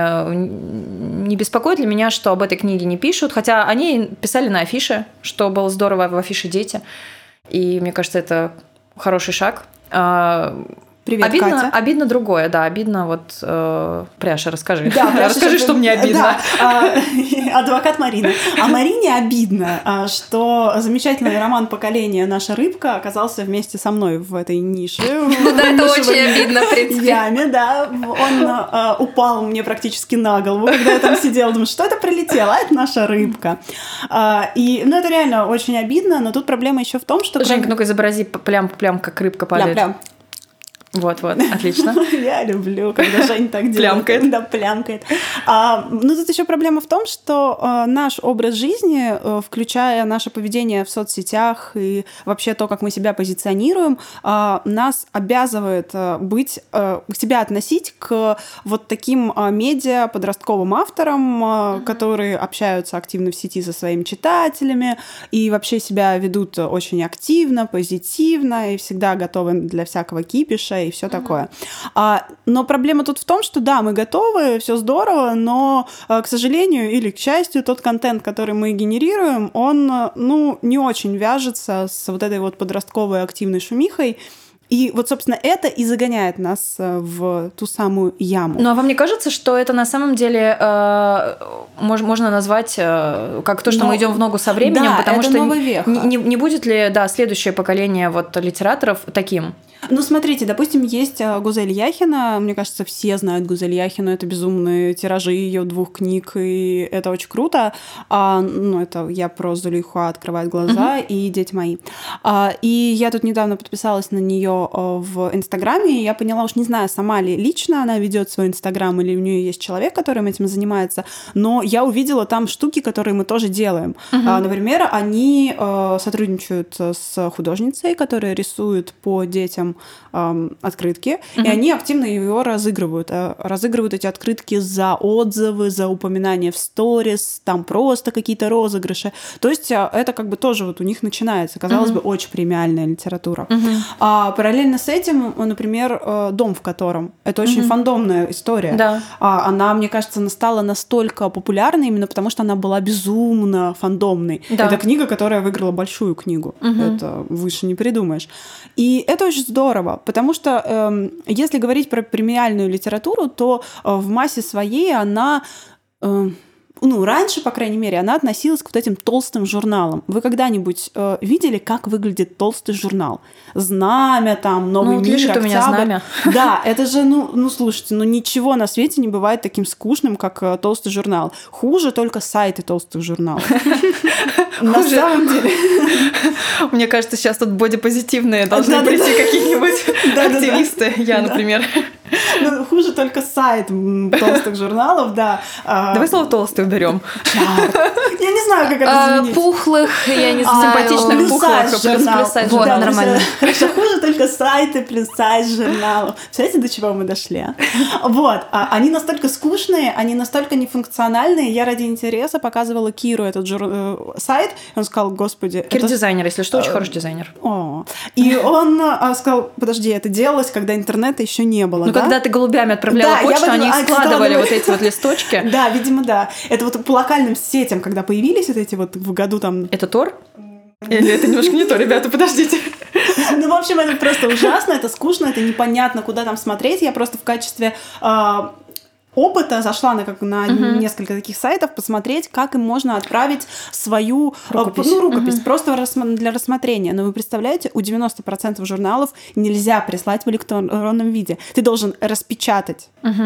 не беспокоит ли меня, что об этой книге не пишут, хотя они писали на афише, что было здорово в афише «Дети», и мне кажется, это хороший шаг. Привет, Катя. Обидно другое, да, обидно вот... Пряша, расскажи. Да, расскажи, что мне обидно. Да, адвокат Марины. А Марине обидно, что замечательный роман поколения «Наша рыбка» оказался вместе со мной в этой нише. Да, это очень обидно, в принципе. Яме, да. Он упал мне практически на голову, когда я там сидела. Думаю, что это прилетело? А это наша рыбка. И, это реально очень обидно, но тут проблема еще в том, что... Женька, ну-ка изобрази плям, как рыбка падает. Плям. Вот, отлично. Я люблю, когда Жень так делает. Плямкает. Да, плямкает. Тут еще проблема в том, что наш образ жизни, включая наше поведение в соцсетях и вообще то, как мы себя позиционируем, нас обязывает себя относить к вот таким медиа подростковым авторам, которые общаются активно в сети со своими читателями и вообще себя ведут очень активно, позитивно и всегда готовы для всякого кипиша и все такое. Но проблема тут в том, что да, мы готовы, все здорово, но, к сожалению или к счастью, тот контент, который мы генерируем, он, не очень вяжется с вот этой вот подростковой активной шумихой. И вот, собственно, это и загоняет нас в ту самую яму. Ну, а вам не кажется, что это на самом деле можно назвать как то, что мы идем в ногу со временем, да, потому это что новый век. Не будет ли, следующее поколение вот литераторов таким? Смотрите, допустим, есть Гузель Яхина. Мне кажется, все знают Гузель Яхину. Это безумные тиражи ее 2 книг, и это очень круто. Это я про Зулейха «Открывает глаза» и «Дети мои». И я тут недавно подписалась на нее в Инстаграме, и я поняла, уж не знаю, сама ли лично она ведет свой Инстаграм, или у нее есть человек, который этим занимается, но я увидела там штуки, которые мы тоже делаем. Например, они сотрудничают с художницей, которая рисует по детям открытки, и они активно его разыгрывают. Разыгрывают эти открытки за отзывы, за упоминания в сторис, там просто какие-то розыгрыши. То есть это как бы тоже вот у них начинается, казалось бы, очень премиальная литература. Параллельно с этим, например, «Дом в котором». Это очень фандомная история. Да. Она, мне кажется, стала настолько популярной именно потому, что она была безумно фандомной. Да. Это книга, которая выиграла большую книгу. Это выше не придумаешь. И это очень здорово, потому что если говорить про премиальную литературу, то в массе своей она... раньше, по крайней мере, она относилась к вот этим толстым журналам. Вы когда-нибудь видели, как выглядит толстый журнал? «Знамя», там, «Новый мир», лежит «Октябрь». у меня «Знамя». Да, это же, слушайте, ничего на свете не бывает таким скучным, как толстый журнал. Хуже только сайты толстых журналов. На самом деле... Мне кажется, сейчас тут бодипозитивные должны прийти какие-нибудь активисты. Я, например. хуже только сайт толстых журналов, да. Давай слово «толстый» уберем. Я не знаю, как это заменить. Пухлых, я не знаю. Симпатичных пухлых, плюс-сайз. Вот, нормально. Хорошо, хуже только сайты, плюс-сайз журналов. Представляете, до чего мы дошли? Вот. Они настолько скучные, они настолько нефункциональные. Я ради интереса показывала Киру этот сайт, и он сказал, господи... Кир-дизайнер, если что, очень хороший дизайнер. И он сказал, подожди, это делалось, когда интернета еще не было, да? Когда ты голубями отправляла почту, они складывали вот эти вот листочки. Да, видимо, да. Это вот по локальным сетям, когда появились вот эти вот в году там... Это Тор? Или это немножко не то, ребята, подождите. Ну, в общем, это просто ужасно, это скучно, это непонятно, куда там смотреть. Я просто в качестве опыта зашла на несколько таких сайтов посмотреть, как им можно отправить свою рукопись просто для рассмотрения. Но вы представляете, у 90% журналов нельзя прислать в электронном виде. Ты должен распечатать.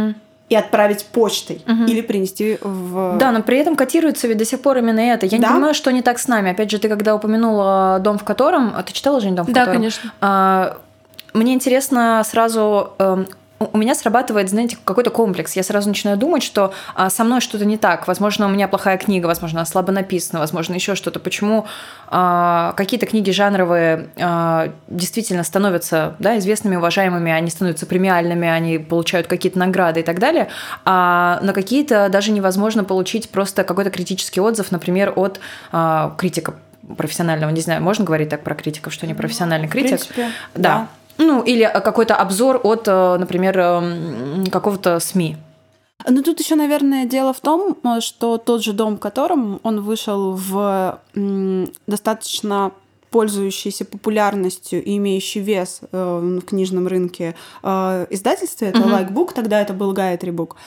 И отправить почтой или принести в... Да, но при этом котируется ведь до сих пор именно это. Я не понимаю, что не так с нами. Опять же, ты когда упомянула «Дом в котором...» Ты читала, Жень, «Дом в котором»? Да, конечно. Мне интересно сразу... У меня срабатывает, знаете, какой-то комплекс. Я сразу начинаю думать, что со мной что-то не так. Возможно, у меня плохая книга, возможно, она слабо написана, возможно, еще что-то. Почему какие-то книги жанровые действительно становятся известными, уважаемыми, они становятся премиальными, они получают какие-то награды и так далее, а на какие-то даже невозможно получить просто какой-то критический отзыв, например, от критика профессионального. Не знаю, можно говорить так про критиков, что они профессиональный критик? В принципе, да. Ну, или какой-то обзор от, например, какого-то СМИ. Ну, тут еще, наверное, дело в том, что тот же «Дом в котором» он вышел в достаточно пользующийся популярностью и имеющий вес в книжном рынке издательстве. Это Likebook, тогда это был Gaятри Book.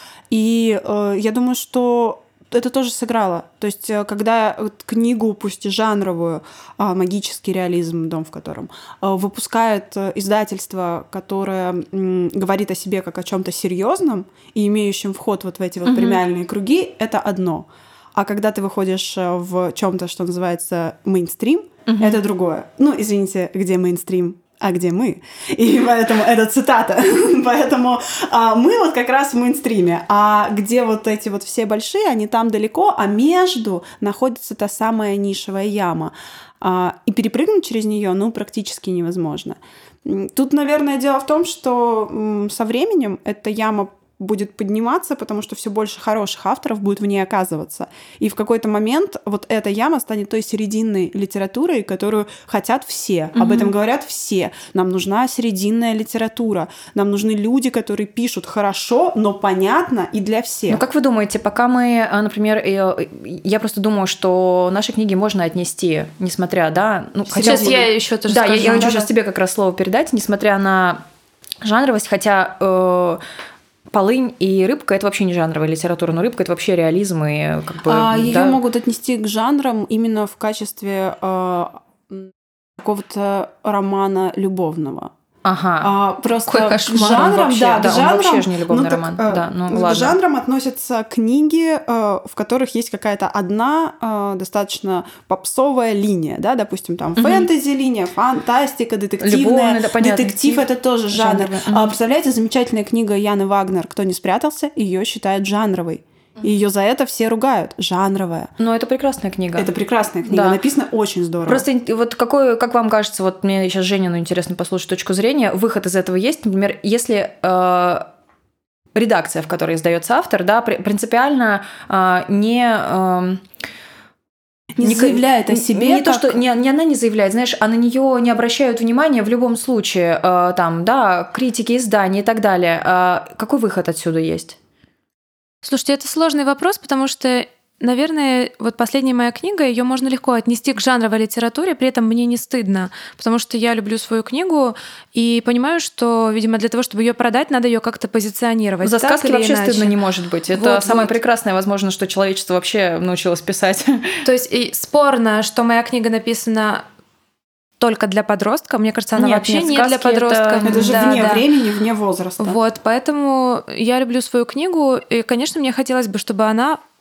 И я думаю, что это тоже сыграло. То есть, когда книгу, пусть и жанровую, магический реализм, «Дом в котором», выпускает издательство, которое говорит о себе как о чем-то серьезном и имеющем вход вот в эти вот премиальные круги, это одно. А когда ты выходишь в чем-то, что называется мейнстрим, это другое. Ну, извините, где мейнстрим? А где мы? И поэтому это цитата. Поэтому мы вот как раз в мейнстриме. А где вот эти вот все большие, они там далеко, а между находится та самая нишевая яма. И перепрыгнуть через нее, практически невозможно. Тут, наверное, дело в том, что со временем эта яма будет подниматься, потому что все больше хороших авторов будет в ней оказываться. И в какой-то момент вот эта яма станет той серединной литературой, которую хотят все. Об этом говорят все. Нам нужна серединная литература. Нам нужны люди, которые пишут хорошо, но понятно и для всех. Ну, как вы думаете, пока мы, например, я просто думаю, что наши книги можно отнести, несмотря, Сейчас я еще тоже скажу. Я хочу сейчас тебе как раз слово передать, несмотря на жанровость, хотя... Полынь и рыбка — это вообще не жанровая литература, но рыбка — это вообще реализм и Ее могут отнести к жанрам именно в качестве какого-то романа любовного. Ага. Просто какой кошмар. Жанром, он вообще же не любовный так, роман. К жанрам относятся книги, в которых есть какая-то одна достаточно попсовая линия, да, допустим, там фэнтези-линия, фантастика, детективная. Любовный, Детектив — это тоже жанр. Представляете, замечательная книга Яны Вагнер «Кто не спрятался», ее считают жанровой. И ее за это все ругают. Жанровая. Но это прекрасная книга. Это прекрасная книга. Да. Написано очень здорово. Просто вот как вам кажется, вот мне сейчас Женину интересно послушать точку зрения, выход из этого есть? Например, если редакция, в которой издается автор, да, принципиально не заявляет о себе. Не то, что не она не заявляет, знаешь, а на нее не обращают внимания в любом случае, критики, издания и так далее. Какой выход отсюда есть? Слушайте, это сложный вопрос, потому что, наверное, вот последняя моя книга, ее можно легко отнести к жанровой литературе, при этом мне не стыдно, потому что я люблю свою книгу и понимаю, что, видимо, для того, чтобы ее продать, надо ее как-то позиционировать. За сказки вообще иначе. Стыдно не может быть. Это самое прекрасное, возможно, что человечество вообще научилось писать. То есть и спорно, что моя книга написана только для подростка. Мне кажется, она вообще не для подростка. Это же вне времени, вне возраста. Вот, поэтому я люблю свою книгу, и, конечно, мне хотелось бы, чтобы она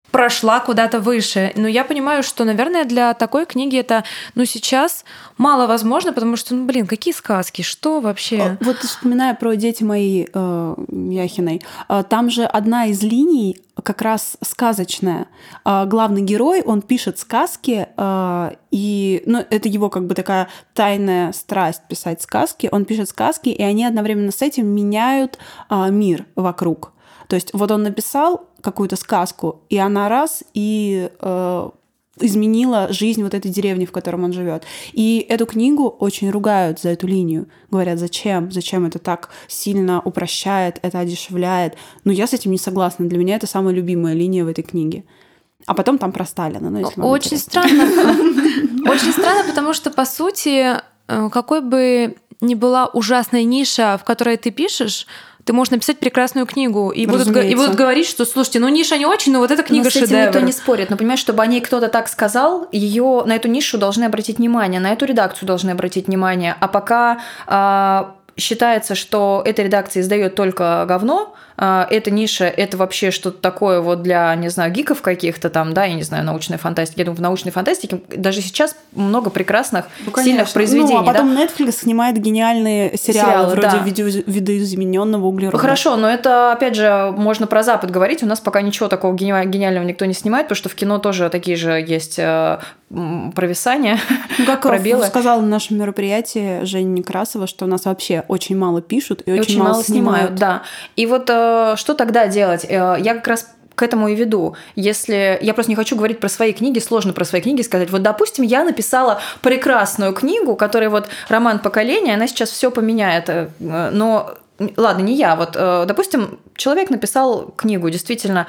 прошла куда-то выше. Но я понимаю, что, наверное, для такой книги это, сейчас мало возможно, потому что, какие сказки, что вообще? Вот вспоминая про «Дети мои» Яхиной, там же одна из линий как раз сказочная. Главный герой, он пишет сказки, и это его как бы такая тайная страсть писать сказки. Он пишет сказки, и они одновременно с этим меняют мир вокруг. То есть вот он написал какую-то сказку, и она раз и изменила жизнь вот этой деревни, в котором он живет. И эту книгу очень ругают за эту линию. Говорят, зачем это так сильно упрощает, это одешевляет. Но я с этим не согласна. Для меня это самая любимая линия в этой книге. А потом там про Сталина. Очень странно. Очень странно, потому что, по сути, какой бы ни была ужасная ниша, в которой ты пишешь, ты можешь написать прекрасную книгу, и будут говорить, что, слушайте, ниша не очень, но вот эта книга шедевр. С этим никто не спорит. Но понимаешь, чтобы о ней кто-то так сказал, на эту нишу должны обратить внимание, на эту редакцию должны обратить внимание. А пока считается, что эта редакция издает только говно, эта ниша, это вообще что-то такое вот для, не знаю, гиков каких-то там, да, я не знаю, научной фантастики. Я думаю, в научной фантастике даже сейчас много прекрасных, сильных произведений. А потом Netflix снимает гениальные сериалы вроде «Видоизмененного углерода». Хорошо, но это, опять же, можно про Запад говорить. У нас пока ничего такого гениального никто не снимает, потому что в кино тоже такие же есть провисания, пробелы. Как сказала на нашем мероприятии Женя Некрасова, что у нас вообще очень мало пишут и очень мало снимают. Да. И вот что тогда делать? Я как раз к этому и веду. Если я просто не хочу говорить про свои книги, сложно про свои книги сказать. Вот, допустим, я написала прекрасную книгу, которая вот роман поколения, она сейчас все поменяет. Но ладно, не я. Вот, допустим, человек написал книгу, действительно,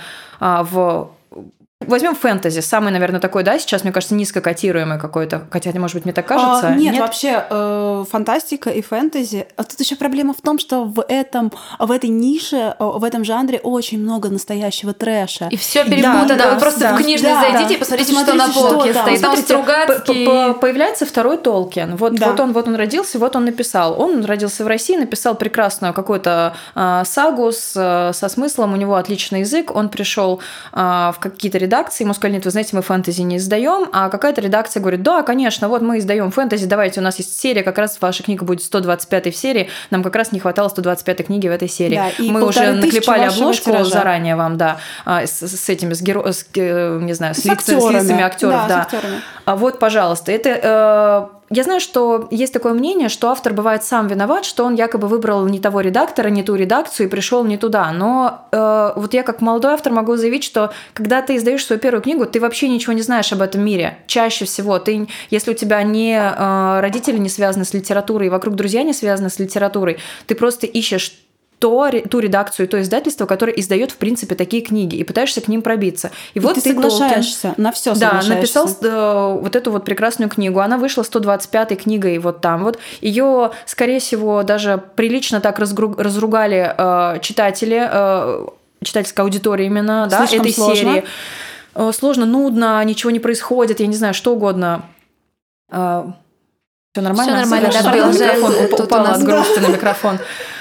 возьмем фэнтези, самый, наверное, такой, да, сейчас, мне кажется, низко котируемый какой-то, хотя, может быть, мне так кажется. Нет, вообще фантастика и фэнтези. А тут еще проблема в том, что в этой нише, в этом жанре очень много настоящего трэша. И все перепутано. Вы просто в книжный зайдите и посмотрите, что на полке стоит. Там Стругацкий. Появляется второй Толкин. Вот он родился, вот он написал. Он родился в России, написал прекрасную какую-то сагу со смыслом, у него отличный язык, он пришел в какие-то редакции, ему сказали, нет, вы знаете, мы фэнтези не издаем, а какая-то редакция говорит, да, конечно, вот мы издаем фэнтези, давайте, у нас есть серия, как раз ваша книга будет 125-й в серии, нам как раз не хватало 125-й книги в этой серии. Да, мы уже наклепали обложку заранее вам, да, с этими, не знаю, с лицами актеров, да. Вот, пожалуйста, это... Я знаю, что есть такое мнение, что автор бывает сам виноват, что он якобы выбрал не того редактора, не ту редакцию и пришел не туда. Но вот я как молодой автор могу заявить, что когда ты издаешь свою первую книгу, ты вообще ничего не знаешь об этом мире. Чаще всего если у тебя не родители не связаны с литературой, и вокруг друзья не связаны с литературой, ты просто ищешь ту редакцию, то издательство, которое издает, в принципе, такие книги, и пытаешься к ним пробиться. И вот ты соглашаешься, на все соглашаешься. Да, написал вот эту вот прекрасную книгу. Она вышла 125-й книгой вот там вот. Ее, скорее всего, даже прилично так разругали читатели, читательская аудитория именно, да, этой серии. Сложно, нудно, ничего не происходит, я не знаю, что угодно. Все нормально? Все нормально, да, упала от грусти на микрофон.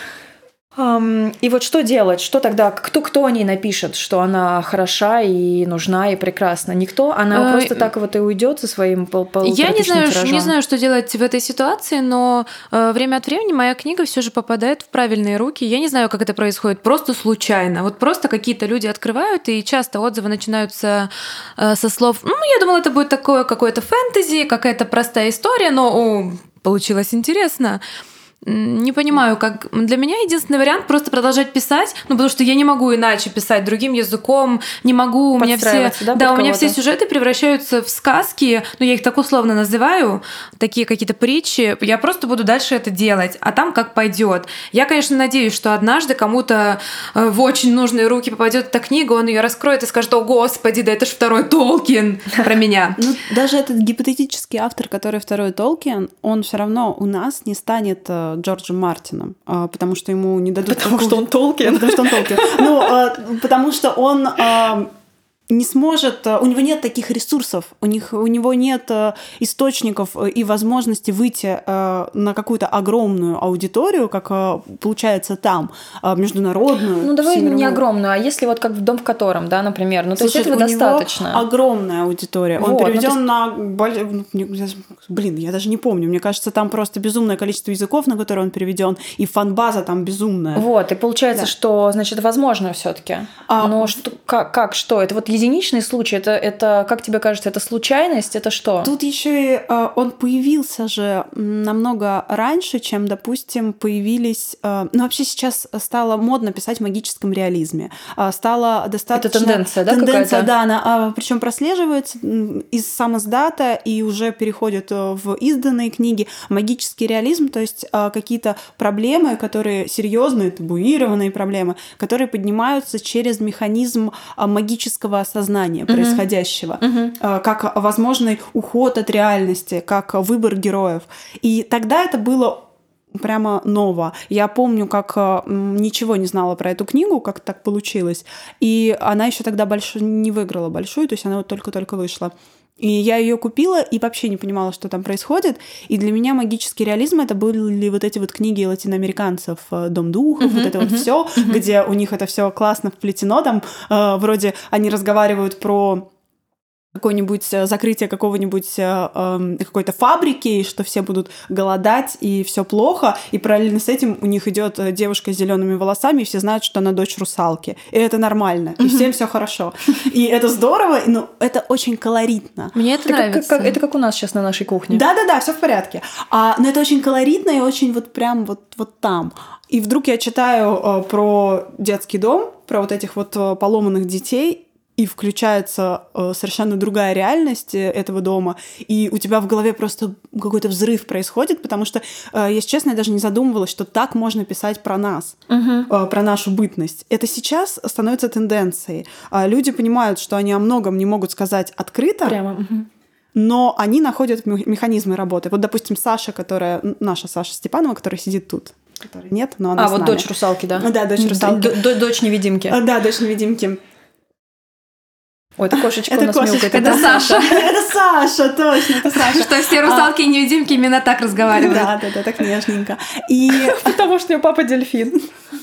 И вот что делать? Что тогда? Кто о ней напишет, что она хороша и нужна и прекрасна? Никто? Она просто так вот и уйдет со своим полуторатысячным тиражом? Я не знаю, что делать в этой ситуации, но время от времени моя книга все же попадает в правильные руки. Я не знаю, как это происходит, просто случайно. Вот просто какие-то люди открывают, и часто отзывы начинаются со слов: я думала, это будет такое какое-то фэнтези, какая-то простая история, но получилось интересно. Не понимаю, как... Для меня единственный вариант просто продолжать писать, потому что я не могу иначе писать другим языком, не могу... У меня все сюжеты превращаются в сказки, я их так условно называю, такие какие-то притчи. Я просто буду дальше это делать, а там как пойдет. Я, конечно, надеюсь, что однажды кому-то в очень нужные руки попадет эта книга, он ее раскроет и скажет: «О, Господи, да это ж второй Толкин про меня». Даже этот гипотетический автор, который второй Толкин, он все равно у нас не станет Джорджем Мартином, потому что ему не дадут... Потому что он Толкин. Потому что он Толкин. Потому что он не сможет, у него нет таких ресурсов, у него нет источников и возможности выйти на какую-то огромную аудиторию, как получается там, международную. Ну, давай не огромную, а если вот как в «Дом в котором», да, например, ну, Слушай, то есть этого достаточно. Него огромная аудитория. Он переведен на... Блин, я даже не помню. Мне кажется, там просто безумное количество языков, на которые он переведен, и фан-база там безумная. Вот, и получается, что, значит, возможно все-таки. Но что, что? Это вот единичный случай, это, как тебе кажется, это случайность, это что? Тут еще и он появился же намного раньше, чем, допустим, появились... Ну, вообще сейчас стало модно писать в магическом реализме. Стало достаточно... Это тенденция, да, какая-то? Тенденция, да, она причем прослеживается из самоздата и уже переходит в изданные книги. Магический реализм, то есть какие-то проблемы, которые серьезные, табуированные проблемы, которые поднимаются через механизм магического осознания происходящего, как возможный уход от реальности, как выбор героев. И тогда это было прямо ново. Я помню, как ничего не знала про эту книгу, как так получилось. И она еще тогда не выиграла большую, то есть она вот только-только вышла. И я ее купила и вообще не понимала, что там происходит. И для меня магический реализм — это были вот эти вот книги латиноамериканцев, «Дом духов», вот это вот все, где у них это все классно вплетено. Там вроде они разговаривают про какое-нибудь закрытие какого-нибудь какой-то фабрики, и что все будут голодать, и все плохо. И параллельно с этим у них идет девушка с зелеными волосами, и все знают, что она дочь русалки. И это нормально, и всем все хорошо. И это здорово, но это очень колоритно. Мне это нравится. Это как у нас сейчас на нашей кухне. Да, все в порядке. Но это очень колоритно и очень вот прям вот там. И вдруг я читаю про детский дом, про вот этих вот поломанных детей, и включается совершенно другая реальность этого дома, и у тебя в голове просто какой-то взрыв происходит, потому что, если честно, я даже не задумывалась, что так можно писать про нас, про нашу бытность. Это сейчас становится тенденцией. Люди понимают, что они о многом не могут сказать открыто, но они находят механизмы работы. Вот, допустим, Саша, наша Саша Степанова, которая сидит тут. Нет, но она с нами. Вот дочь русалки, да? Да, дочь русалки. Дочь невидимки. Да, дочь невидимки. Ой, это кошечка у нас мяукает. Это Саша. Это Саша, точно, это Саша. Что все русалки и невидимки именно так разговаривают. Да, так нежненько. Потому что у папа дельфин.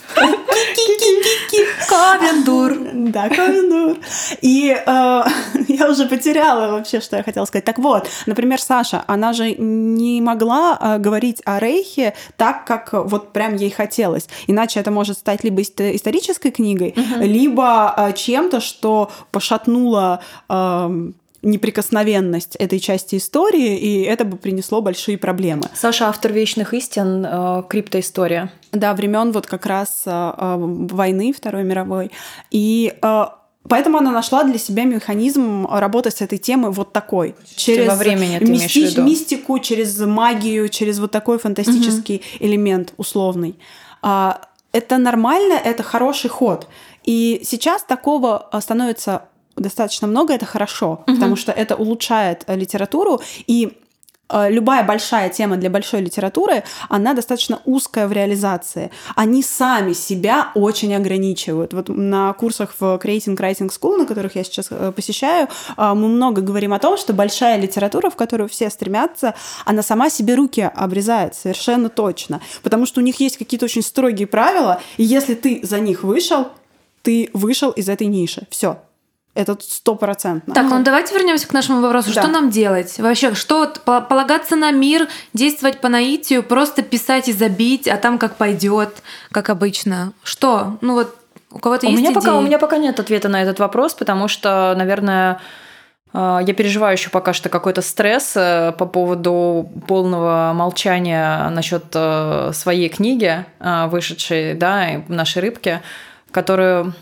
Ковендур. Да, Ковендур. И я уже потеряла вообще, что я хотела сказать. Так вот, например, Саша, она же не могла говорить о Рейхе так, как вот прям ей хотелось. Иначе это может стать либо исторической книгой, либо чем-то, что пошатнуло неприкосновенность этой части истории, и это бы принесло большие проблемы. Саша — автор «Вечных истин», криптоистория. Да, времен вот как раз войны Второй мировой. И поэтому она нашла для себя механизм работы с этой темой вот такой. Через во времени ты имеешь в виду? Мистику, через магию, через вот такой фантастический элемент условный. Это нормально, это хороший ход. И сейчас такого становится достаточно много, это хорошо, потому что это улучшает литературу, и любая большая тема для большой литературы, она достаточно узкая в реализации. Они сами себя очень ограничивают. Вот на курсах в Creating Writing School, на которых я сейчас посещаю, мы много говорим о том, что большая литература, в которую все стремятся, она сама себе руки обрезает совершенно точно, потому что у них есть какие-то очень строгие правила, и если ты за них вышел, ты вышел из этой ниши. Все. Это 100%. Так, ну давайте вернемся к нашему вопросу. Да. Что нам делать? Вообще, что полагаться на мир, действовать по наитию, просто писать и забить, а там как пойдет, как обычно? Что? Ну вот у кого-то есть идеи? У меня пока нет ответа на этот вопрос, потому что, наверное, я переживаю еще пока что какой-то стресс по поводу полного молчания насчет своей книги, вышедшей, да, «Нашей рыбки», которую...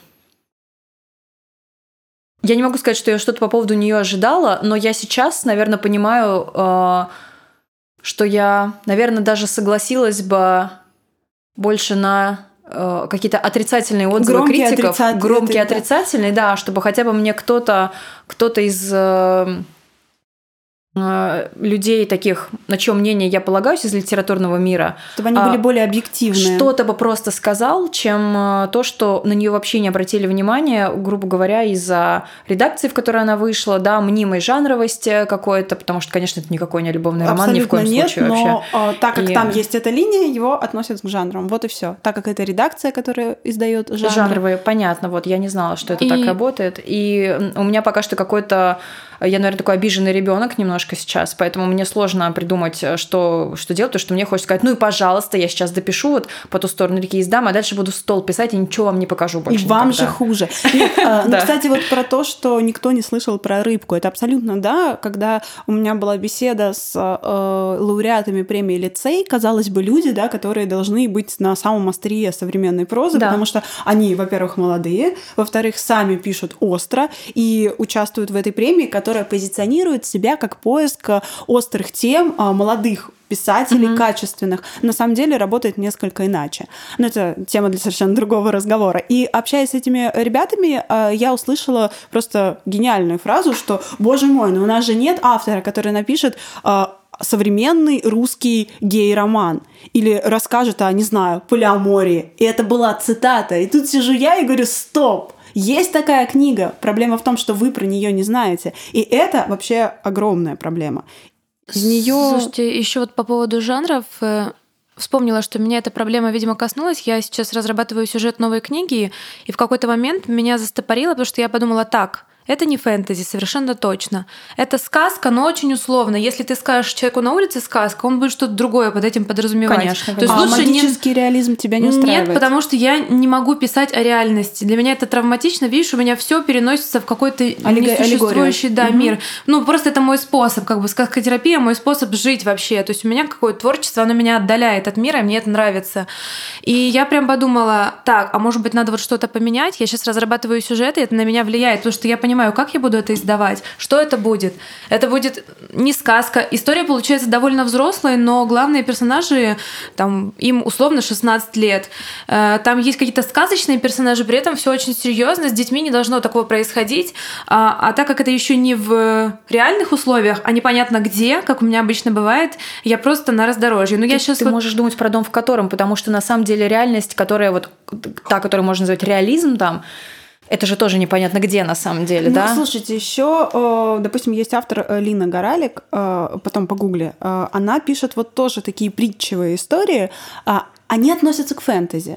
Я не могу сказать, что я что-то по поводу нее ожидала, но я сейчас, наверное, понимаю, что я, наверное, даже согласилась бы больше на какие-то отрицательные отзывы громкие критиков. Громкие отрицательные, да, чтобы хотя бы мне кто-то из людей таких, на чье мнение я полагаюсь из литературного мира. Чтобы они были более объективные. Что-то бы просто сказал, чем то, что на нее вообще не обратили внимания, грубо говоря, из-за редакции, в которой она вышла, да, мнимой жанровости какой-то, потому что, конечно, это никакой не любовный роман, абсолютно ни в коем нет, случае но, вообще. Так как там есть эта линия, его относят к жанрам. Вот и все. Так как это редакция, которая издает жанры. Жанровые, понятно. Вот я не знала, что это так работает. И у меня пока что какой-то... Я, наверное, такой обиженный ребенок немножко сейчас, поэтому мне сложно придумать, что делать, потому что мне хочется сказать, ну и пожалуйста, я сейчас допишу вот по ту сторону реки и сдам, а дальше буду в стол писать и ничего вам не покажу больше. И вам же хуже. Ну, кстати, вот про то, что никто не слышал про рыбку, это абсолютно да. Когда у меня была беседа с лауреатами премии «Лицей», казалось бы, люди, да, которые должны быть на самом острие современной прозы, потому что они, во-первых, молодые, во-вторых, сами пишут остро и участвуют в этой премии, которая позиционирует себя как поиск острых тем молодых писателей, качественных. На самом деле работает несколько иначе. Но это тема для совершенно другого разговора. И общаясь с этими ребятами, я услышала просто гениальную фразу, что, боже мой, ну у нас же нет автора, который напишет современный русский гей-роман или расскажет о, не знаю, полиамории. И это была цитата. И тут сижу я и говорю, стоп! Есть такая книга. Проблема в том, что вы про нее не знаете. И это вообще огромная проблема. Из неё... Слушайте, еще вот по поводу жанров вспомнила, что меня эта проблема, видимо, коснулась. Я сейчас разрабатываю сюжет новой книги, и в какой-то момент меня застопорило, потому что я подумала так. Это не фэнтези, совершенно точно. Это сказка, но очень условно. Если ты скажешь человеку на улице сказка, он будет что-то другое под этим подразумевать. Конечно. То есть лучше магический реализм тебя не устраивает? Нет, потому что я не могу писать о реальности. Для меня это травматично. Видишь, у меня все переносится в какой-то несуществующий мир. Ну, просто это мой способ, как бы сказкотерапия, мой способ жить вообще. То есть у меня какое-то творчество, оно меня отдаляет от мира, и мне это нравится. И я прям подумала, так, а может быть, надо вот что-то поменять? Я сейчас разрабатываю сюжеты, и это на меня влияет, потому что я понимаю, как я буду это издавать, что это будет. Это будет не сказка. История получается довольно взрослой, но главные персонажи, там, им условно 16 лет. Там есть какие-то сказочные персонажи, при этом все очень серьезно, с детьми не должно такого происходить. А так как это еще не в реальных условиях, а непонятно где, как у меня обычно бывает, я просто на раздорожье. Но ты можешь думать про дом в котором, потому что на самом деле реальность, которая вот та, которую можно назвать реализм, там, это же тоже непонятно где на самом деле, да? Слушайте, еще, допустим, есть автор Лина Горалик, потом погугли, она пишет вот тоже такие притчевые истории, они относятся к фэнтези.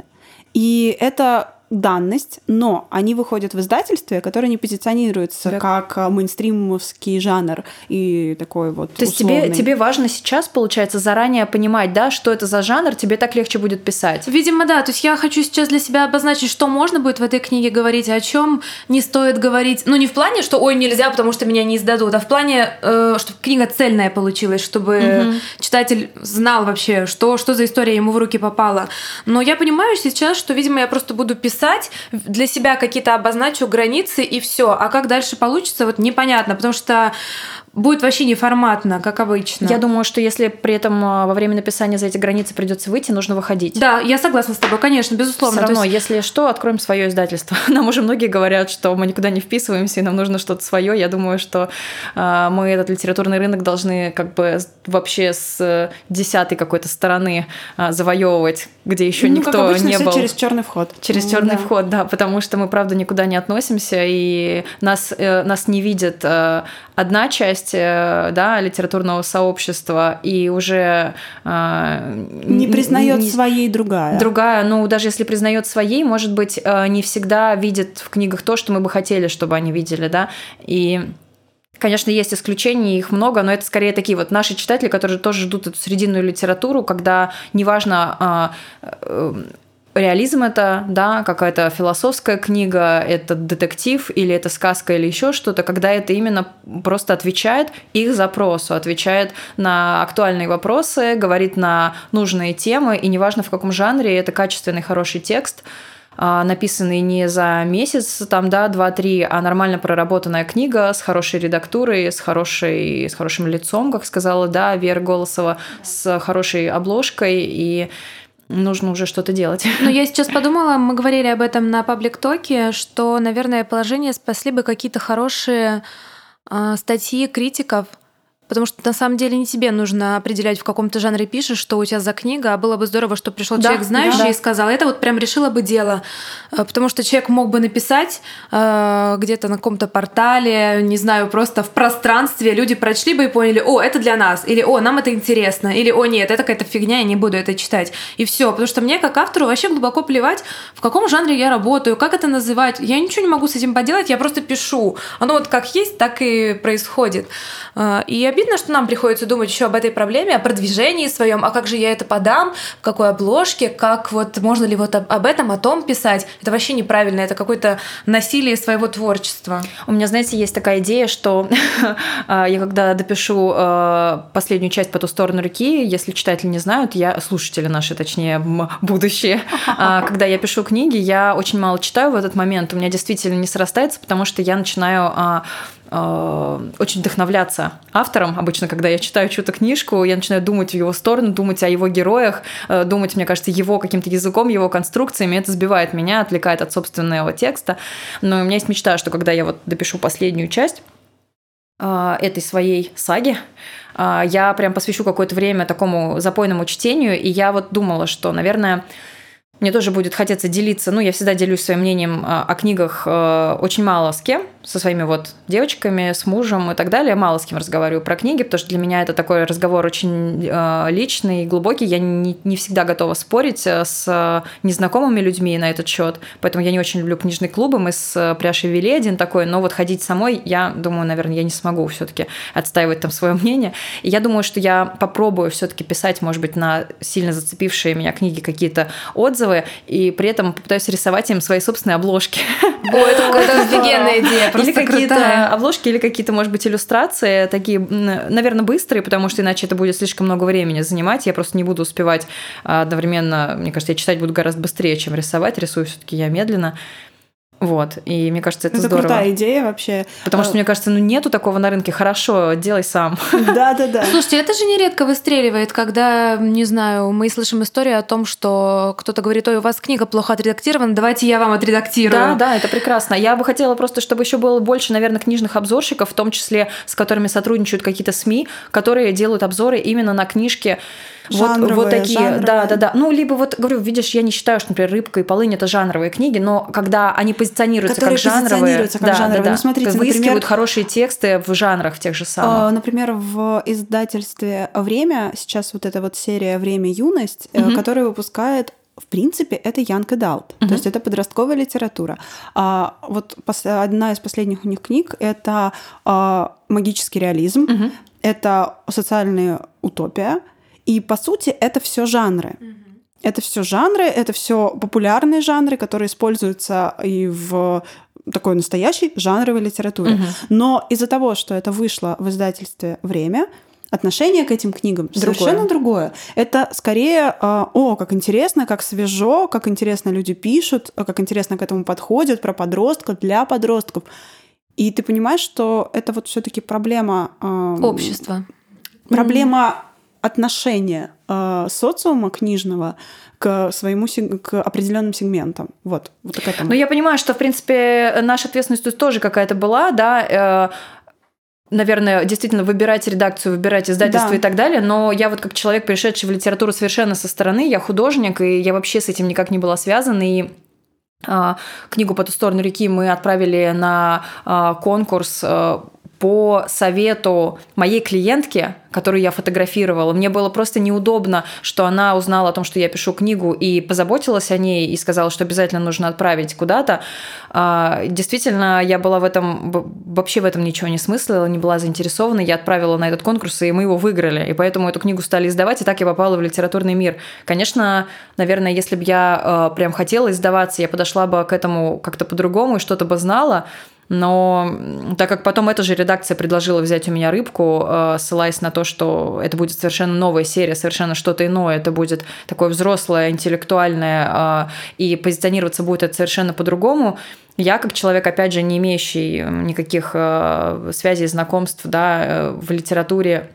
И это данность, но они выходят в издательстве, которое не позиционируется как мейнстримовский жанр и такой вот то есть условный. тебе важно сейчас, получается, заранее понимать, да, что это за жанр, тебе так легче будет писать. Видимо, да. То есть я хочу сейчас для себя обозначить, что можно будет в этой книге говорить, о чем не стоит говорить. Ну, не в плане, что ой, нельзя, потому что меня не издадут, а в плане, чтобы книга цельная получилась, чтобы читатель знал вообще, что за история ему в руки попала. Но я понимаю сейчас, что, видимо, я просто буду писать, для себя какие-то обозначу границы и все. А как дальше получится, вот непонятно, потому что будет вообще неформатно, как обычно. Я думаю, что если при этом во время написания за эти границы придется выйти, нужно выходить. Да, я согласна с тобой, конечно, безусловно. Все равно, если что, откроем свое издательство. Нам уже многие говорят, что мы никуда не вписываемся, и нам нужно что-то свое. Я думаю, что мы этот литературный рынок должны как бы вообще с 10-й какой-то стороны завоевывать, где еще никто как обычно, не был. Через черный вход. Через черный вход, да, потому что мы, правда, никуда не относимся, и нас не видит одна часть, да, литературного сообщества, и уже не признает своей другая. Другая, ну, даже если признает своей, может быть, не всегда видит в книгах то, что мы бы хотели, чтобы они видели, да, и... Конечно, есть исключения, их много, но это скорее такие вот наши читатели, которые тоже ждут эту срединную литературу, когда неважно, реализм это, да, какая-то философская книга, это детектив или это сказка или еще что-то, когда это именно просто отвечает их запросу, отвечает на актуальные вопросы, говорит на нужные темы, и неважно в каком жанре, это качественный, хороший текст, написанный не за месяц, там, да, 2-3, а нормально проработанная книга с хорошей редактурой, с хорошим лицом, как сказала, да, Вера Голосова, с хорошей обложкой, и нужно уже что-то делать. Но я сейчас подумала, мы говорили об этом на паблик-токе, что, наверное, положение спасли бы какие-то хорошие статьи критиков, потому что на самом деле не тебе нужно определять, в каком ты жанре пишешь, что у тебя за книга, а было бы здорово, что пришел человек знающий и сказал, это вот прям решило бы дело. Потому что человек мог бы написать где-то на каком-то портале, не знаю, просто в пространстве, люди прочли бы и поняли, о, это для нас, или о, нам это интересно, или о, нет, это какая-то фигня, я не буду это читать. И все, потому что мне, как автору, вообще глубоко плевать, в каком жанре я работаю, как это называть. Я ничего не могу с этим поделать, я просто пишу. Оно вот как есть, так и происходит. И обидно, что нам приходится думать еще об этой проблеме, о продвижении своем, а как же я это подам, в какой обложке, как вот можно ли вот об этом, о том писать. Это вообще неправильно, это какое-то насилие своего творчества. У меня, знаете, есть такая идея, что я когда допишу последнюю часть «По ту сторону реки», если читатели не знают, слушатели наши, точнее, будущие, когда я пишу книги, я очень мало читаю в этот момент, у меня действительно не срастается, потому что я начинаю очень вдохновляться автором. Обычно, когда я читаю чью-то книжку, я начинаю думать в его сторону, думать о его героях, думать, мне кажется, его каким-то языком, его конструкциями. Это сбивает меня, отвлекает от собственного текста. Но у меня есть мечта, что когда я вот допишу последнюю часть этой своей саги, я прям посвящу какое-то время такому запойному чтению, и я вот думала, что, наверное, мне тоже будет хотеться делиться. Я всегда делюсь своим мнением о книгах очень мало с кем, со своими вот девочками, с мужем и так далее. Мало с кем разговариваю про книги, потому что для меня это такой разговор очень личный и глубокий. Я не всегда готова спорить с незнакомыми людьми на этот счет, поэтому я не очень люблю книжные клубы. Мы с Пряшей вели один такой, но вот ходить самой, я думаю, наверное, я не смогу все-таки отстаивать там свое мнение. И я думаю, что я попробую все-таки писать, может быть, на сильно зацепившие меня книги какие-то отзывы, и при этом попытаюсь рисовать им свои собственные обложки. О, это офигенная идея, просто или какие-то крутая. обложки, или какие-то, может быть, иллюстрации, такие, наверное, быстрые, потому что иначе это будет слишком много времени занимать, я просто не буду успевать одновременно, мне кажется, я читать буду гораздо быстрее, чем рисовать, рисую все-таки я медленно. Вот, и мне кажется, это здорово. Это крутая идея вообще. Потому что, мне кажется, нету такого на рынке. Хорошо, делай сам. Да. Слушайте, это же нередко выстреливает, когда, не знаю, мы слышим историю о том, что кто-то говорит, ой, у вас книга плохо отредактирована, давайте я вам отредактирую. Да, это прекрасно. Я бы хотела просто, чтобы еще было больше, наверное, книжных обзорщиков, в том числе, с которыми сотрудничают какие-то СМИ, которые делают обзоры именно на книжки. Вот такие, жанровые. Да. Либо вот, говорю, видишь, я не считаю, что, например, «Рыбка» и «Полынь» — это жанровые книги, но когда они позиционируются как жанровые, Ну, смотрите, выискивают например, хорошие тексты в жанрах тех же самых. Например, в издательстве «Время» сейчас вот эта вот серия «Время. Юность», которая выпускает, в принципе, это young adult, то есть это подростковая литература. Вот одна из последних у них книг — это магический реализм, это социальная утопия, и, по сути, это все жанры. Это все жанры, это все популярные жанры, которые используются и в такой настоящей жанровой литературе. Но из-за того, что это вышло в издательстве «Время», отношение к этим книгам совершенно другое. Это скорее, как интересно, как свежо, как интересно люди пишут, как интересно к этому подходят, про подростков, для подростков. И ты понимаешь, что это вот все-таки проблема... Общества. Проблема отношения социума книжного к определенным сегментам. Вот такая там. Ну, я понимаю, что, в принципе, наша ответственность тут тоже какая-то была, да, наверное, действительно выбирать редакцию, выбирать издательство и так далее, но я вот как человек, пришедший в литературу совершенно со стороны, я художник, и я вообще с этим никак не была связана, и книгу «По ту сторону реки» мы отправили на конкурс по совету моей клиентки, которую я фотографировала. Мне было просто неудобно, что она узнала о том, что я пишу книгу, и позаботилась о ней, и сказала, что обязательно нужно отправить куда-то. Действительно, я была вообще в этом ничего не смыслила, не была заинтересована. Я отправила на этот конкурс, и мы его выиграли. И поэтому эту книгу стали издавать, и так я попала в литературный мир. Конечно, наверное, если бы я прям хотела издаваться, я подошла бы к этому как-то по-другому и что-то бы знала. Но так как потом эта же редакция предложила взять у меня «Рыбку», ссылаясь на то, что это будет совершенно новая серия, совершенно что-то иное, это будет такое взрослое, интеллектуальное, и позиционироваться будет это совершенно по-другому, я, как человек, опять же, не имеющий никаких связей, знакомств, да, в литературе,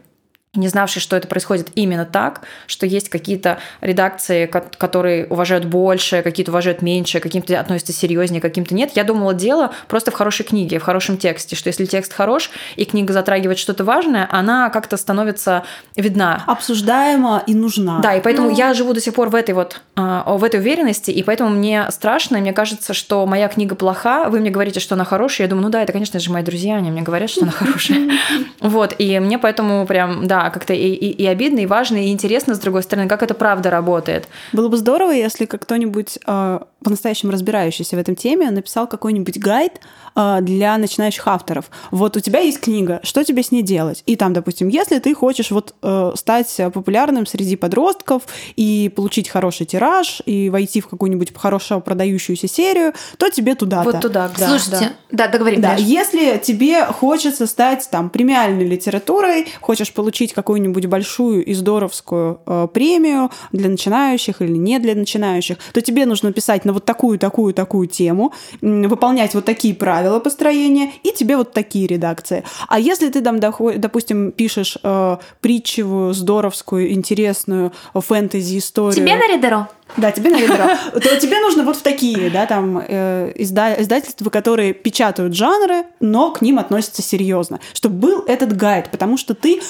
не знавший, что это происходит именно так, что есть какие-то редакции, которые уважают больше, какие-то уважают меньше, каким-то относятся серьезнее, каким-то нет. Я думала, дело просто в хорошей книге, в хорошем тексте, что если текст хорош и книга затрагивает что-то важное, она как-то становится видна. Обсуждаема и нужна. Да, и поэтому я живу до сих пор в этой уверенности, и поэтому мне страшно, и мне кажется, что моя книга плоха, вы мне говорите, что она хорошая, я думаю, да, это, конечно же, мои друзья, они мне говорят, что она хорошая. Вот, и мне поэтому прям, да, как-то и обидно, и важно, и интересно, с другой стороны, как это правда работает. Было бы здорово, если кто-нибудь по-настоящему разбирающийся в этом теме написал какой-нибудь гайд для начинающих авторов. Вот у тебя есть книга, что тебе с ней делать? И там, допустим, если ты хочешь стать популярным среди подростков и получить хороший тираж, и войти в какую-нибудь хорошо продающуюся серию, то тебе туда-то. Вот туда, да. Слушайте, да, договорим. Да, если тебе хочется стать там премиальной литературой, хочешь получить какую-нибудь большую и здоровскую премию для начинающих или не для начинающих, то тебе нужно писать на вот такую тему, выполнять вот такие правила построения, и тебе вот такие редакции. А если ты там, допустим, пишешь притчевую, здоровскую, интересную фэнтези-историю... Тебе на Ридеро? Да, тебе на Ридеро. То тебе нужно вот в такие, да, там, издательства, которые печатают жанры, но к ним относятся серьезно. Чтобы был этот гайд, потому что ты,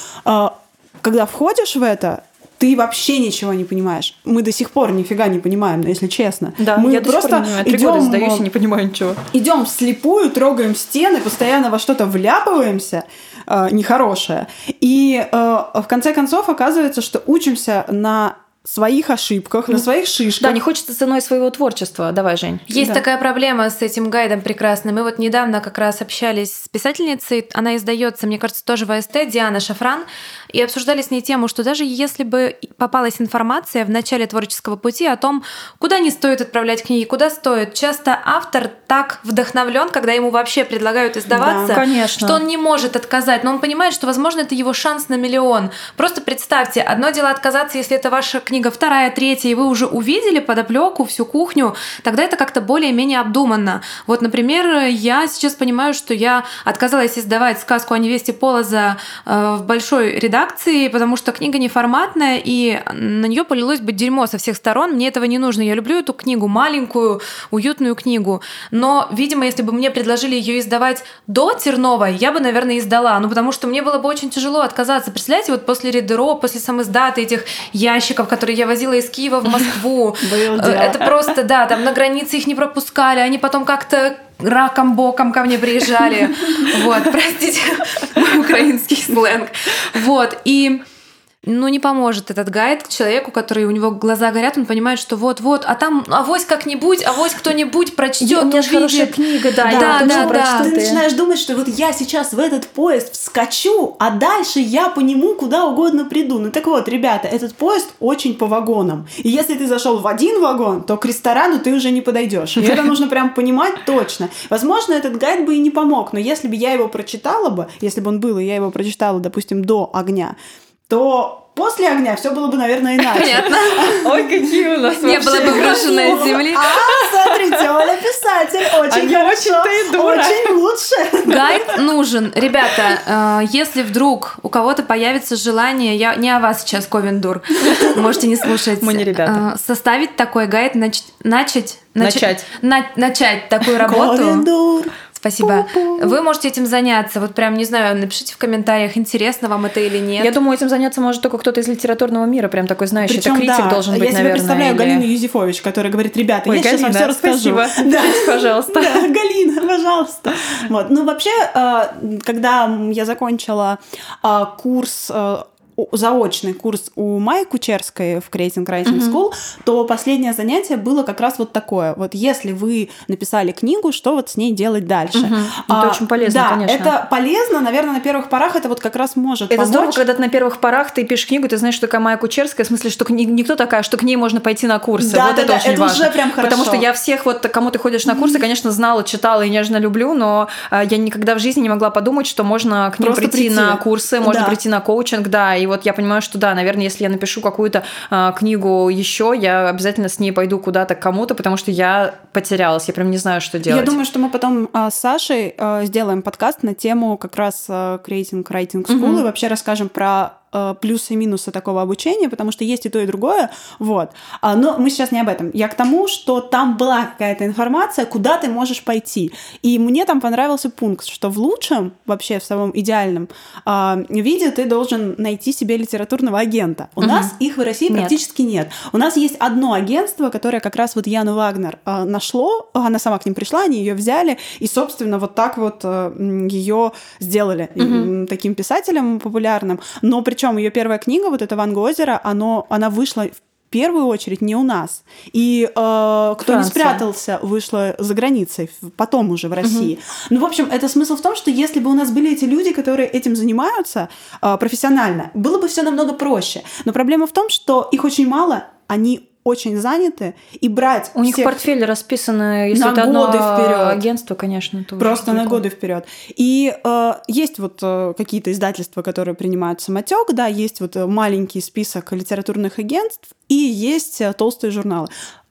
когда входишь в это, ты вообще ничего не понимаешь. Мы до сих пор нифига не понимаем, если честно. Да, мы я просто до сих пор не понимаю. 3 года сдаюсь и не понимаю ничего. Идем вслепую, трогаем стены, постоянно во что-то вляпываемся нехорошее. И в конце концов оказывается, что учимся на своих ошибках, на своих шишках. Да, не хочется ценой своего творчества. Давай, Жень. Есть такая проблема с этим гайдом прекрасным. Мы вот недавно как раз общались с писательницей, она издается, мне кажется, тоже в АСТ, Диана Шафран, и обсуждали с ней тему, что даже если бы попалась информация в начале творческого пути о том, куда не стоит отправлять книги, куда стоит, часто автор так вдохновлен, когда ему вообще предлагают издаваться, да, конечно, что он не может отказать, но он понимает, что, возможно, это его шанс на миллион. Просто представьте, одно дело отказаться, если это ваша книга вторая, третья, и вы уже увидели подоплеку, всю кухню, тогда это как-то более-менее обдуманно. Вот, например, я сейчас понимаю, что я отказалась издавать сказку о невесте Полоза в большой редакции, потому что книга неформатная, и на нее полилось бы дерьмо со всех сторон. Мне этого не нужно. Я люблю эту книгу, маленькую, уютную книгу. Но, видимо, если бы мне предложили ее издавать до Терновой, я бы, наверное, издала. Ну, потому что мне было бы очень тяжело отказаться. Представляете, вот после Ридеро, после самиздата этих ящиков, которые я возила из Киева в Москву. Это просто, да, там на границе их не пропускали, они потом как-то раком-боком ко мне приезжали. Вот, простите, мой украинский сленг. Вот, и... Ну, не поможет этот гайд человеку, который у него глаза горят, он понимает, что вот-вот, а там авось как-нибудь, авось кто-нибудь прочтет, у меня же хорошая книга, да, Ты начинаешь думать, что вот я сейчас в этот поезд вскочу, а дальше я по нему куда угодно приду. Ну так вот, ребята, этот поезд очень по вагонам. И если ты зашел в один вагон, то к ресторану ты уже не подойдешь. И это нужно прям понимать точно. Возможно, этот гайд бы и не помог, но если бы я его прочитала бы, если бы он был, и я его прочитала, допустим, до «Огня», то после «Огня» все было бы, наверное, иначе. Понятно. Ой, какие у нас не было бы брошенной с земли. Смотрите, Оля писатель, очень хорошо, очень лучше. Гайд нужен. Ребята, если вдруг у кого-то появится желание, я не о вас сейчас, Ковендур, можете не слушать. Мы не ребята. Составить такой гайд, начать такую работу. Ковендур. Спасибо. Вы можете этим заняться. Вот прям, не знаю, напишите в комментариях, интересно вам это или нет. Я думаю, этим заняться может только кто-то из литературного мира, прям такой знающий. Причем, это критик должен быть, наверное. Я себе представляю Галину Юзефович, которая говорит: ребята, я сейчас вам все расскажу. Спасибо. Да, пожалуйста. Да, Галина, пожалуйста. Вот. Ну, вообще, когда я закончила курс заочный курс у Майи Кучерской в Creating Writing School, то последнее занятие было как раз вот такое. Вот если вы написали книгу, что вот с ней делать дальше? Это очень полезно, да, конечно. это полезно, наверное, на первых порах это вот как раз может помочь. Это здорово, когда ты на первых порах ты пишешь книгу, ты знаешь, что такая Майя Кучерская, в смисле, что никто такая, что к ней можно пойти на курсы. Да, вот да, это очень это важно. Уже прям хорошо. Потому что я всех, вот кому ты ходишь на курсы, конечно, знала, читала и нежно люблю, но я никогда в жизни не могла подумать, что можно к ним прийти на курсы, можно прийти на коучинг, да, и вот я понимаю, что да, наверное, если я напишу какую-то книгу еще, я обязательно с ней пойду куда-то к кому-то, потому что я потерялась, я прям не знаю, что делать. Я думаю, что мы потом с Сашей сделаем подкаст на тему как раз Creating Writing School и вообще расскажем про плюсы и минусы такого обучения, потому что есть и то, и другое, вот. Но мы сейчас не об этом. Я к тому, что там была какая-то информация, куда ты можешь пойти. И мне там понравился пункт, что в лучшем, вообще в самом идеальном виде ты должен найти себе литературного агента. У нас их в России практически нет. У нас есть одно агентство, которое как раз вот Яну Вагнер нашло, она сама к ним пришла, они ее взяли, и, собственно, вот так вот ее сделали таким писателем популярным. Но причем ее первая книга, вот эта «Ванга озера», она вышла в первую очередь не у нас. И кто не спрятался, вышла за границей, потом уже в России. Ну, в общем, это смысл в том, что если бы у нас были эти люди, которые этим занимаются профессионально, было бы все намного проще. Но проблема в том, что их очень мало, они очень заняты, и брать у них портфель расписано, если на это годы одно вперед. Агентство, конечно, то просто на годы вперед. И есть вот какие-то издательства, которые принимают самотек, да, есть вот маленький список литературных агентств, и есть толстые журналы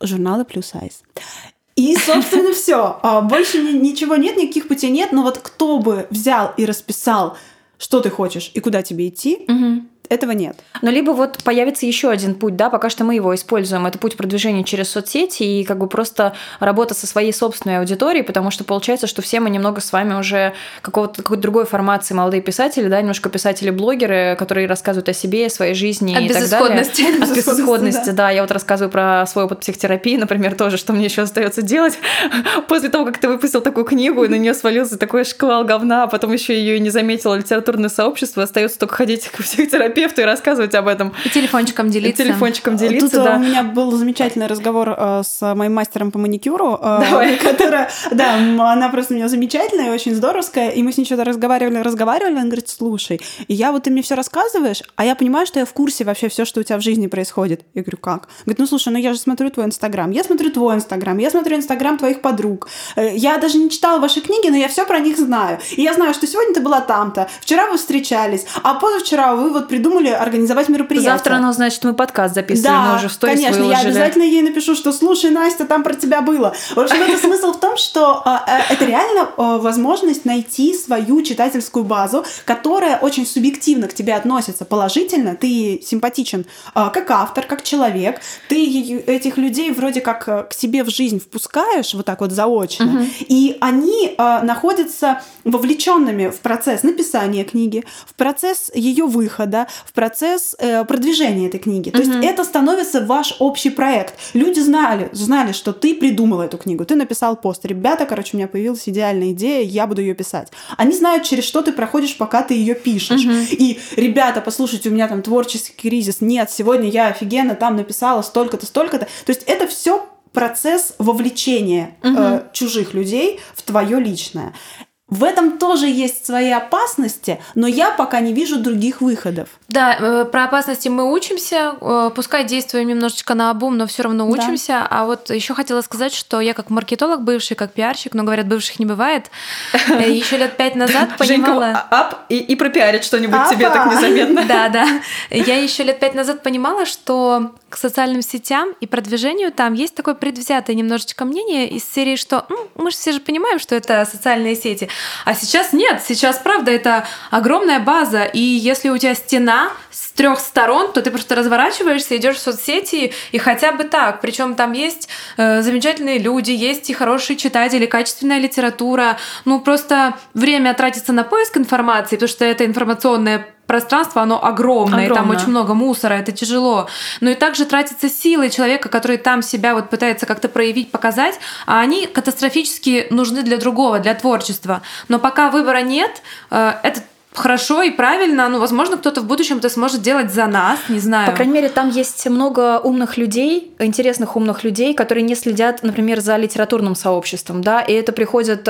плюс сайз. И, собственно, все. Больше ничего нет, никаких путей нет. Но вот кто бы взял и расписал, что ты хочешь и куда тебе идти, этого нет. Но либо вот появится еще один путь, да, пока что мы его используем, это путь продвижения через соцсети и как бы просто работа со своей собственной аудиторией, потому что получается, что все мы немного с вами уже какой-то другой формации молодые писатели, да, немножко писатели-блогеры, которые рассказывают о себе, о своей жизни и так далее. От безысходности, да. Я вот рассказываю про свой опыт психотерапии, например, тоже, что мне еще остается делать. После того, как ты выпустил такую книгу, и на нее свалился такой шквал говна, а потом еще ее и не заметило литературное сообщество, остается только ходить к психотерапевту и рассказывать об этом. И телефончиком делиться. Тут да. У меня был замечательный разговор с моим мастером по маникюру, которая, да, она просто у меня замечательная и очень здоровская, и мы с ней что-то разговаривали, она говорит, слушай, и ты мне все рассказываешь, а я понимаю, что я в курсе вообще все, что у тебя в жизни происходит. Я говорю, как? Говорит, ну слушай, я же смотрю твой Инстаграм, я смотрю твой Инстаграм, я смотрю Инстаграм твоих подруг, я даже не читала ваши книги, но я все про них знаю. И я знаю, что сегодня ты была там-то, вчера вы встречались, а позавчера вы вот придумали организовать мероприятие. Завтра оно значит, мы подкаст записываем, да, мы уже в сторис конечно, выложили. Я обязательно ей напишу, что слушай, Настя, там про тебя было. В общем, это смысл в том, что это реально возможность найти свою читательскую базу, которая очень субъективно к тебе относится положительно, ты симпатичен как автор, как человек, ты этих людей вроде как к себе в жизнь впускаешь вот так вот заочно, и они находятся вовлеченными в процесс написания книги, в процесс ее выхода, в процесс продвижения этой книги. То есть это становится ваш общий проект. Люди знали, что ты придумал эту книгу, ты написал пост. Ребята, у меня появилась идеальная идея, я буду ее писать. Они знают, через что ты проходишь, пока ты ее пишешь. И, ребята, послушайте, у меня там творческий кризис. Нет, сегодня я офигенно там написала столько-то, столько-то. То есть это все процесс вовлечения чужих людей в твое личное. В этом тоже есть свои опасности, но я пока не вижу других выходов. Да, про опасности мы учимся, пускай действуем немножечко наобум, но все равно учимся. Да. А вот еще хотела сказать, что я как маркетолог бывший, как пиарщик, но говорят, бывших не бывает. Еще лет 5 назад понимала... Женька и пропиарит что-нибудь тебе так незаметно. Да. Я еще лет 5 назад понимала, что к социальным сетям и продвижению там есть такое предвзятое немножечко мнение из серии, что мы же все же понимаем, что это социальные сети. А сейчас нет, сейчас, правда, это огромная база, и если у тебя стена с 3 сторон, то ты просто разворачиваешься, идешь в соцсети, и хотя бы так. Причем там есть замечательные люди, есть и хорошие читатели, качественная литература. Просто время тратится на поиск информации, потому что это информационное пространство, оно огромное, и там очень много мусора, это тяжело. Но и также тратятся силы человека, который там себя вот пытается как-то проявить, показать, а они катастрофически нужны для другого, для творчества. Но пока выбора нет, это хорошо и правильно, возможно, кто-то в будущем это сможет делать за нас, не знаю. По крайней мере, там есть много умных людей, интересных умных людей, которые не следят, например, за литературным сообществом, да, и это приходят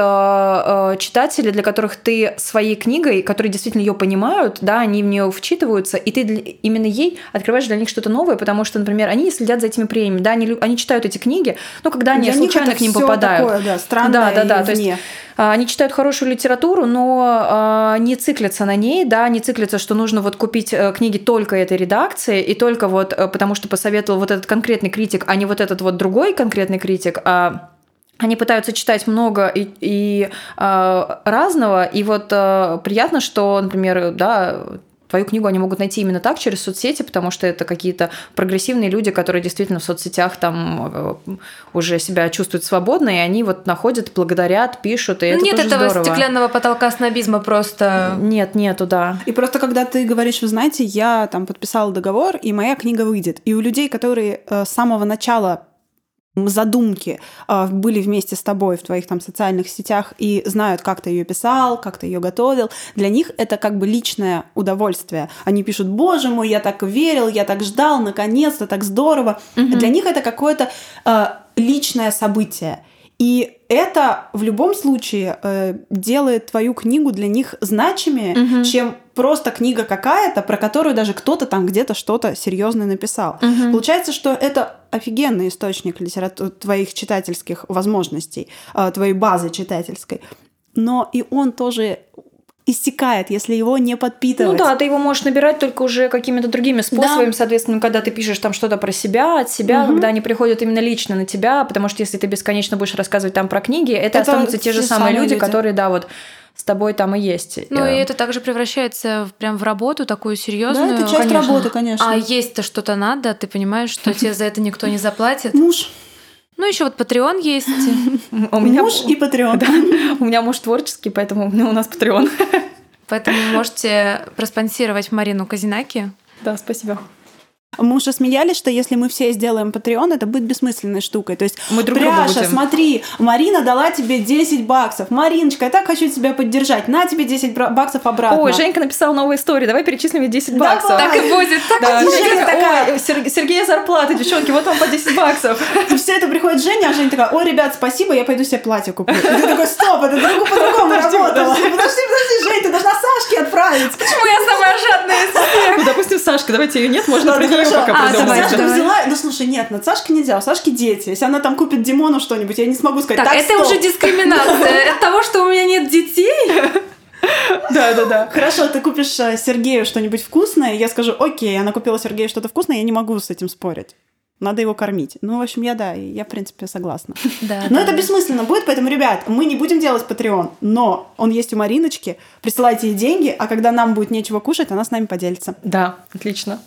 читатели, для которых ты своей книгой, которые действительно ее понимают, да, они в нее вчитываются, и ты именно ей открываешь для них что-то новое, потому что, например, они следят за этими премиями, да, они читают эти книги, когда они случайно к ним попадают. Такое, да, странное, да, то есть они читают хорошую литературу, но не циклятся на ней, да, не циклятся, что нужно вот купить книги только этой редакции и только вот потому, что посоветовал вот этот конкретный критик, а не вот этот вот другой конкретный критик. Они пытаются читать много и разного, и вот приятно, что, например, да, твою книгу они могут найти именно так, через соцсети, потому что это какие-то прогрессивные люди, которые действительно в соцсетях там уже себя чувствуют свободно, и они вот находят, благодарят, пишут, и это нет тоже этого здорово. стеклянного потолка снобизма просто. Нету, да. И просто когда ты говоришь, вы знаете, я там подписала договор, и моя книга выйдет. И у людей, которые с самого начала задумки были вместе с тобой в твоих там социальных сетях и знают, как ты ее писал, как ты ее готовил, для них это как бы личное удовольствие. Они пишут: боже мой, я так верил, я так ждал, наконец-то, так здорово. Для них это какое-то личное событие. И это в любом случае делает твою книгу для них значимее, чем просто книга какая-то, про которую даже кто-то там где-то что-то серьезное написал. Получается, что это офигенный источник твоих читательских возможностей, твоей базы читательской. Но и он тоже иссякает, если его не подпитывать. Ну да, ты его можешь набирать только уже какими-то другими способами, соответственно, когда ты пишешь там что-то про себя, от себя, когда они приходят именно лично на тебя, потому что если ты бесконечно будешь рассказывать там про книги, это останутся те же самые люди, которые, да, вот с тобой там и есть. Ну и это также превращается прям в работу такую серьезную. Да, это часть работы, конечно. А есть-то что-то надо, ты понимаешь, что тебе за это никто не заплатит. Муж. Ну, еще вот Patreon есть. У меня муж и Patreon. Да. У меня муж творческий, поэтому у нас Patreon. Поэтому можете проспонсировать Марину Козинаки. Да, спасибо. Мы уже смеялись, что если мы все сделаем Patreon, это будет бессмысленной штукой. То есть, мы друг друга Пряша, будем. Смотри, Марина дала тебе $10. Мариночка, я так хочу тебя поддержать. На тебе $10 обратно. Ой, Женька написала новую историю, давай перечислим ей $10. Давай. Так и будет. Да, Женя такая: ой, Сергея зарплата, девчонки, вот вам по $10. И все это приходит Женя, а Женя такая: ой, ребят, спасибо, я пойду себе платье куплю. И ты такой: стоп, это по-другому работало. Подожди, Жень, ты должна Сашке отправить. Почему я самая жадная из всех? Ну, допустим, Сашка, давайте ее нет, можно про нее пока давай. придумать. Сашка взяла, ну слушай, нет, над Сашкой нельзя, у Сашки дети. Если она там купит Димону что-нибудь, я не смогу сказать: Так, так, это стоп. уже дискриминация. От того, что у меня нет детей. Да. Хорошо, ты купишь Сергею что-нибудь вкусное, и я скажу: окей, она купила Сергею что-то вкусное, я не могу с этим спорить. Надо его кормить. Ну, в общем, я в принципе, согласна. Да, но это бессмысленно будет, поэтому, ребят, мы не будем делать Patreon, но он есть у Мариночки. Присылайте ей деньги, а когда нам будет нечего кушать, она с нами поделится. Да, отлично.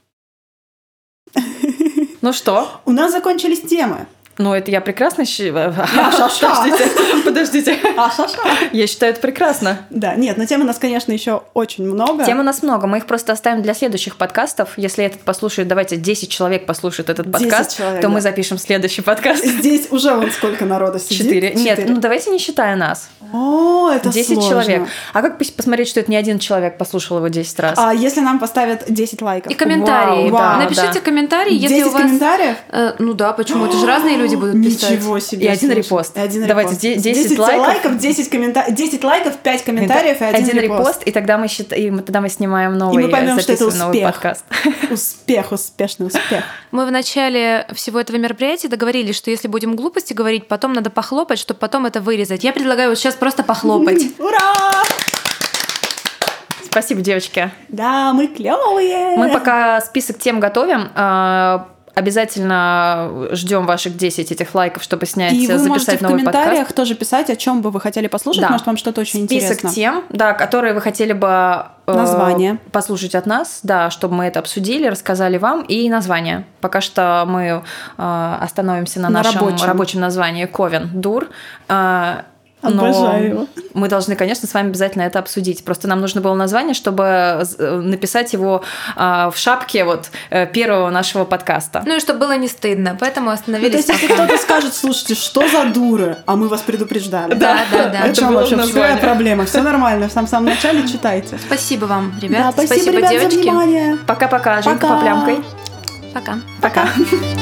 Ну что? У нас закончились темы. Ну, это я прекрасно считаю. Ша-ша. Подождите. Ша-ша. Я считаю, это прекрасно. Да, нет, но тем у нас, конечно, еще очень много. Тем у нас много. Мы их просто оставим для следующих подкастов. Если этот послушает, давайте 10 человек послушают этот подкаст, человек, то да. мы запишем следующий подкаст. Здесь уже вон сколько народу сидит. 4. Нет, ну давайте не считая нас. О, это 10 сложно. человек. А как посмотреть, что это не один человек послушал его 10 раз? А если нам поставят 10 лайков? И комментарии. Вау, Напишите да. комментарии, если 10 у вас... комментариев? Ну да, почему? Это же разные люди будут писать. Ничего себе. И один слушай. репост. И один Давайте репост. 10 лайков. 10 комментариев, 10 лайков, 5 комментариев и один репост. И тогда мы снимаем новый, И мы поймем, что это записываем новый успех. подкаст. Успех, успешный успех. Мы в начале всего этого мероприятия договорились, что если будем глупости говорить, потом надо похлопать, чтобы потом это вырезать. Я предлагаю вот сейчас просто похлопать. Ура! Спасибо, девочки. Да, мы клевые. Мы пока список тем готовим. Обязательно ждем ваших 10 этих лайков, чтобы снять, И вы можете записать в новый комментариях подкаст. тоже писать, о чем бы вы хотели послушать. Да. Может, вам что-то очень Список интересно. тем, да, которые вы хотели бы Название. послушать от нас, да, чтобы мы это обсудили, рассказали вам, и название. Пока что мы остановимся на нашем рабочем названии Ковен Дур. Обожаю его. Мы должны, конечно, с вами обязательно это обсудить. Просто нам нужно было название, чтобы написать его в шапке вот первого нашего подкаста. Ну и чтобы было не стыдно, поэтому Ну, остановились. то есть, если кто-то скажет: слушайте, что за дуры, а мы вас предупреждали. Да. О чем вообще? Какая проблема? Все нормально. В самом начале читайте. Спасибо вам, ребят. Да, спасибо, ребят, девочки. за внимание. Пока-пока, Женька по плямкой. Пока. Пока.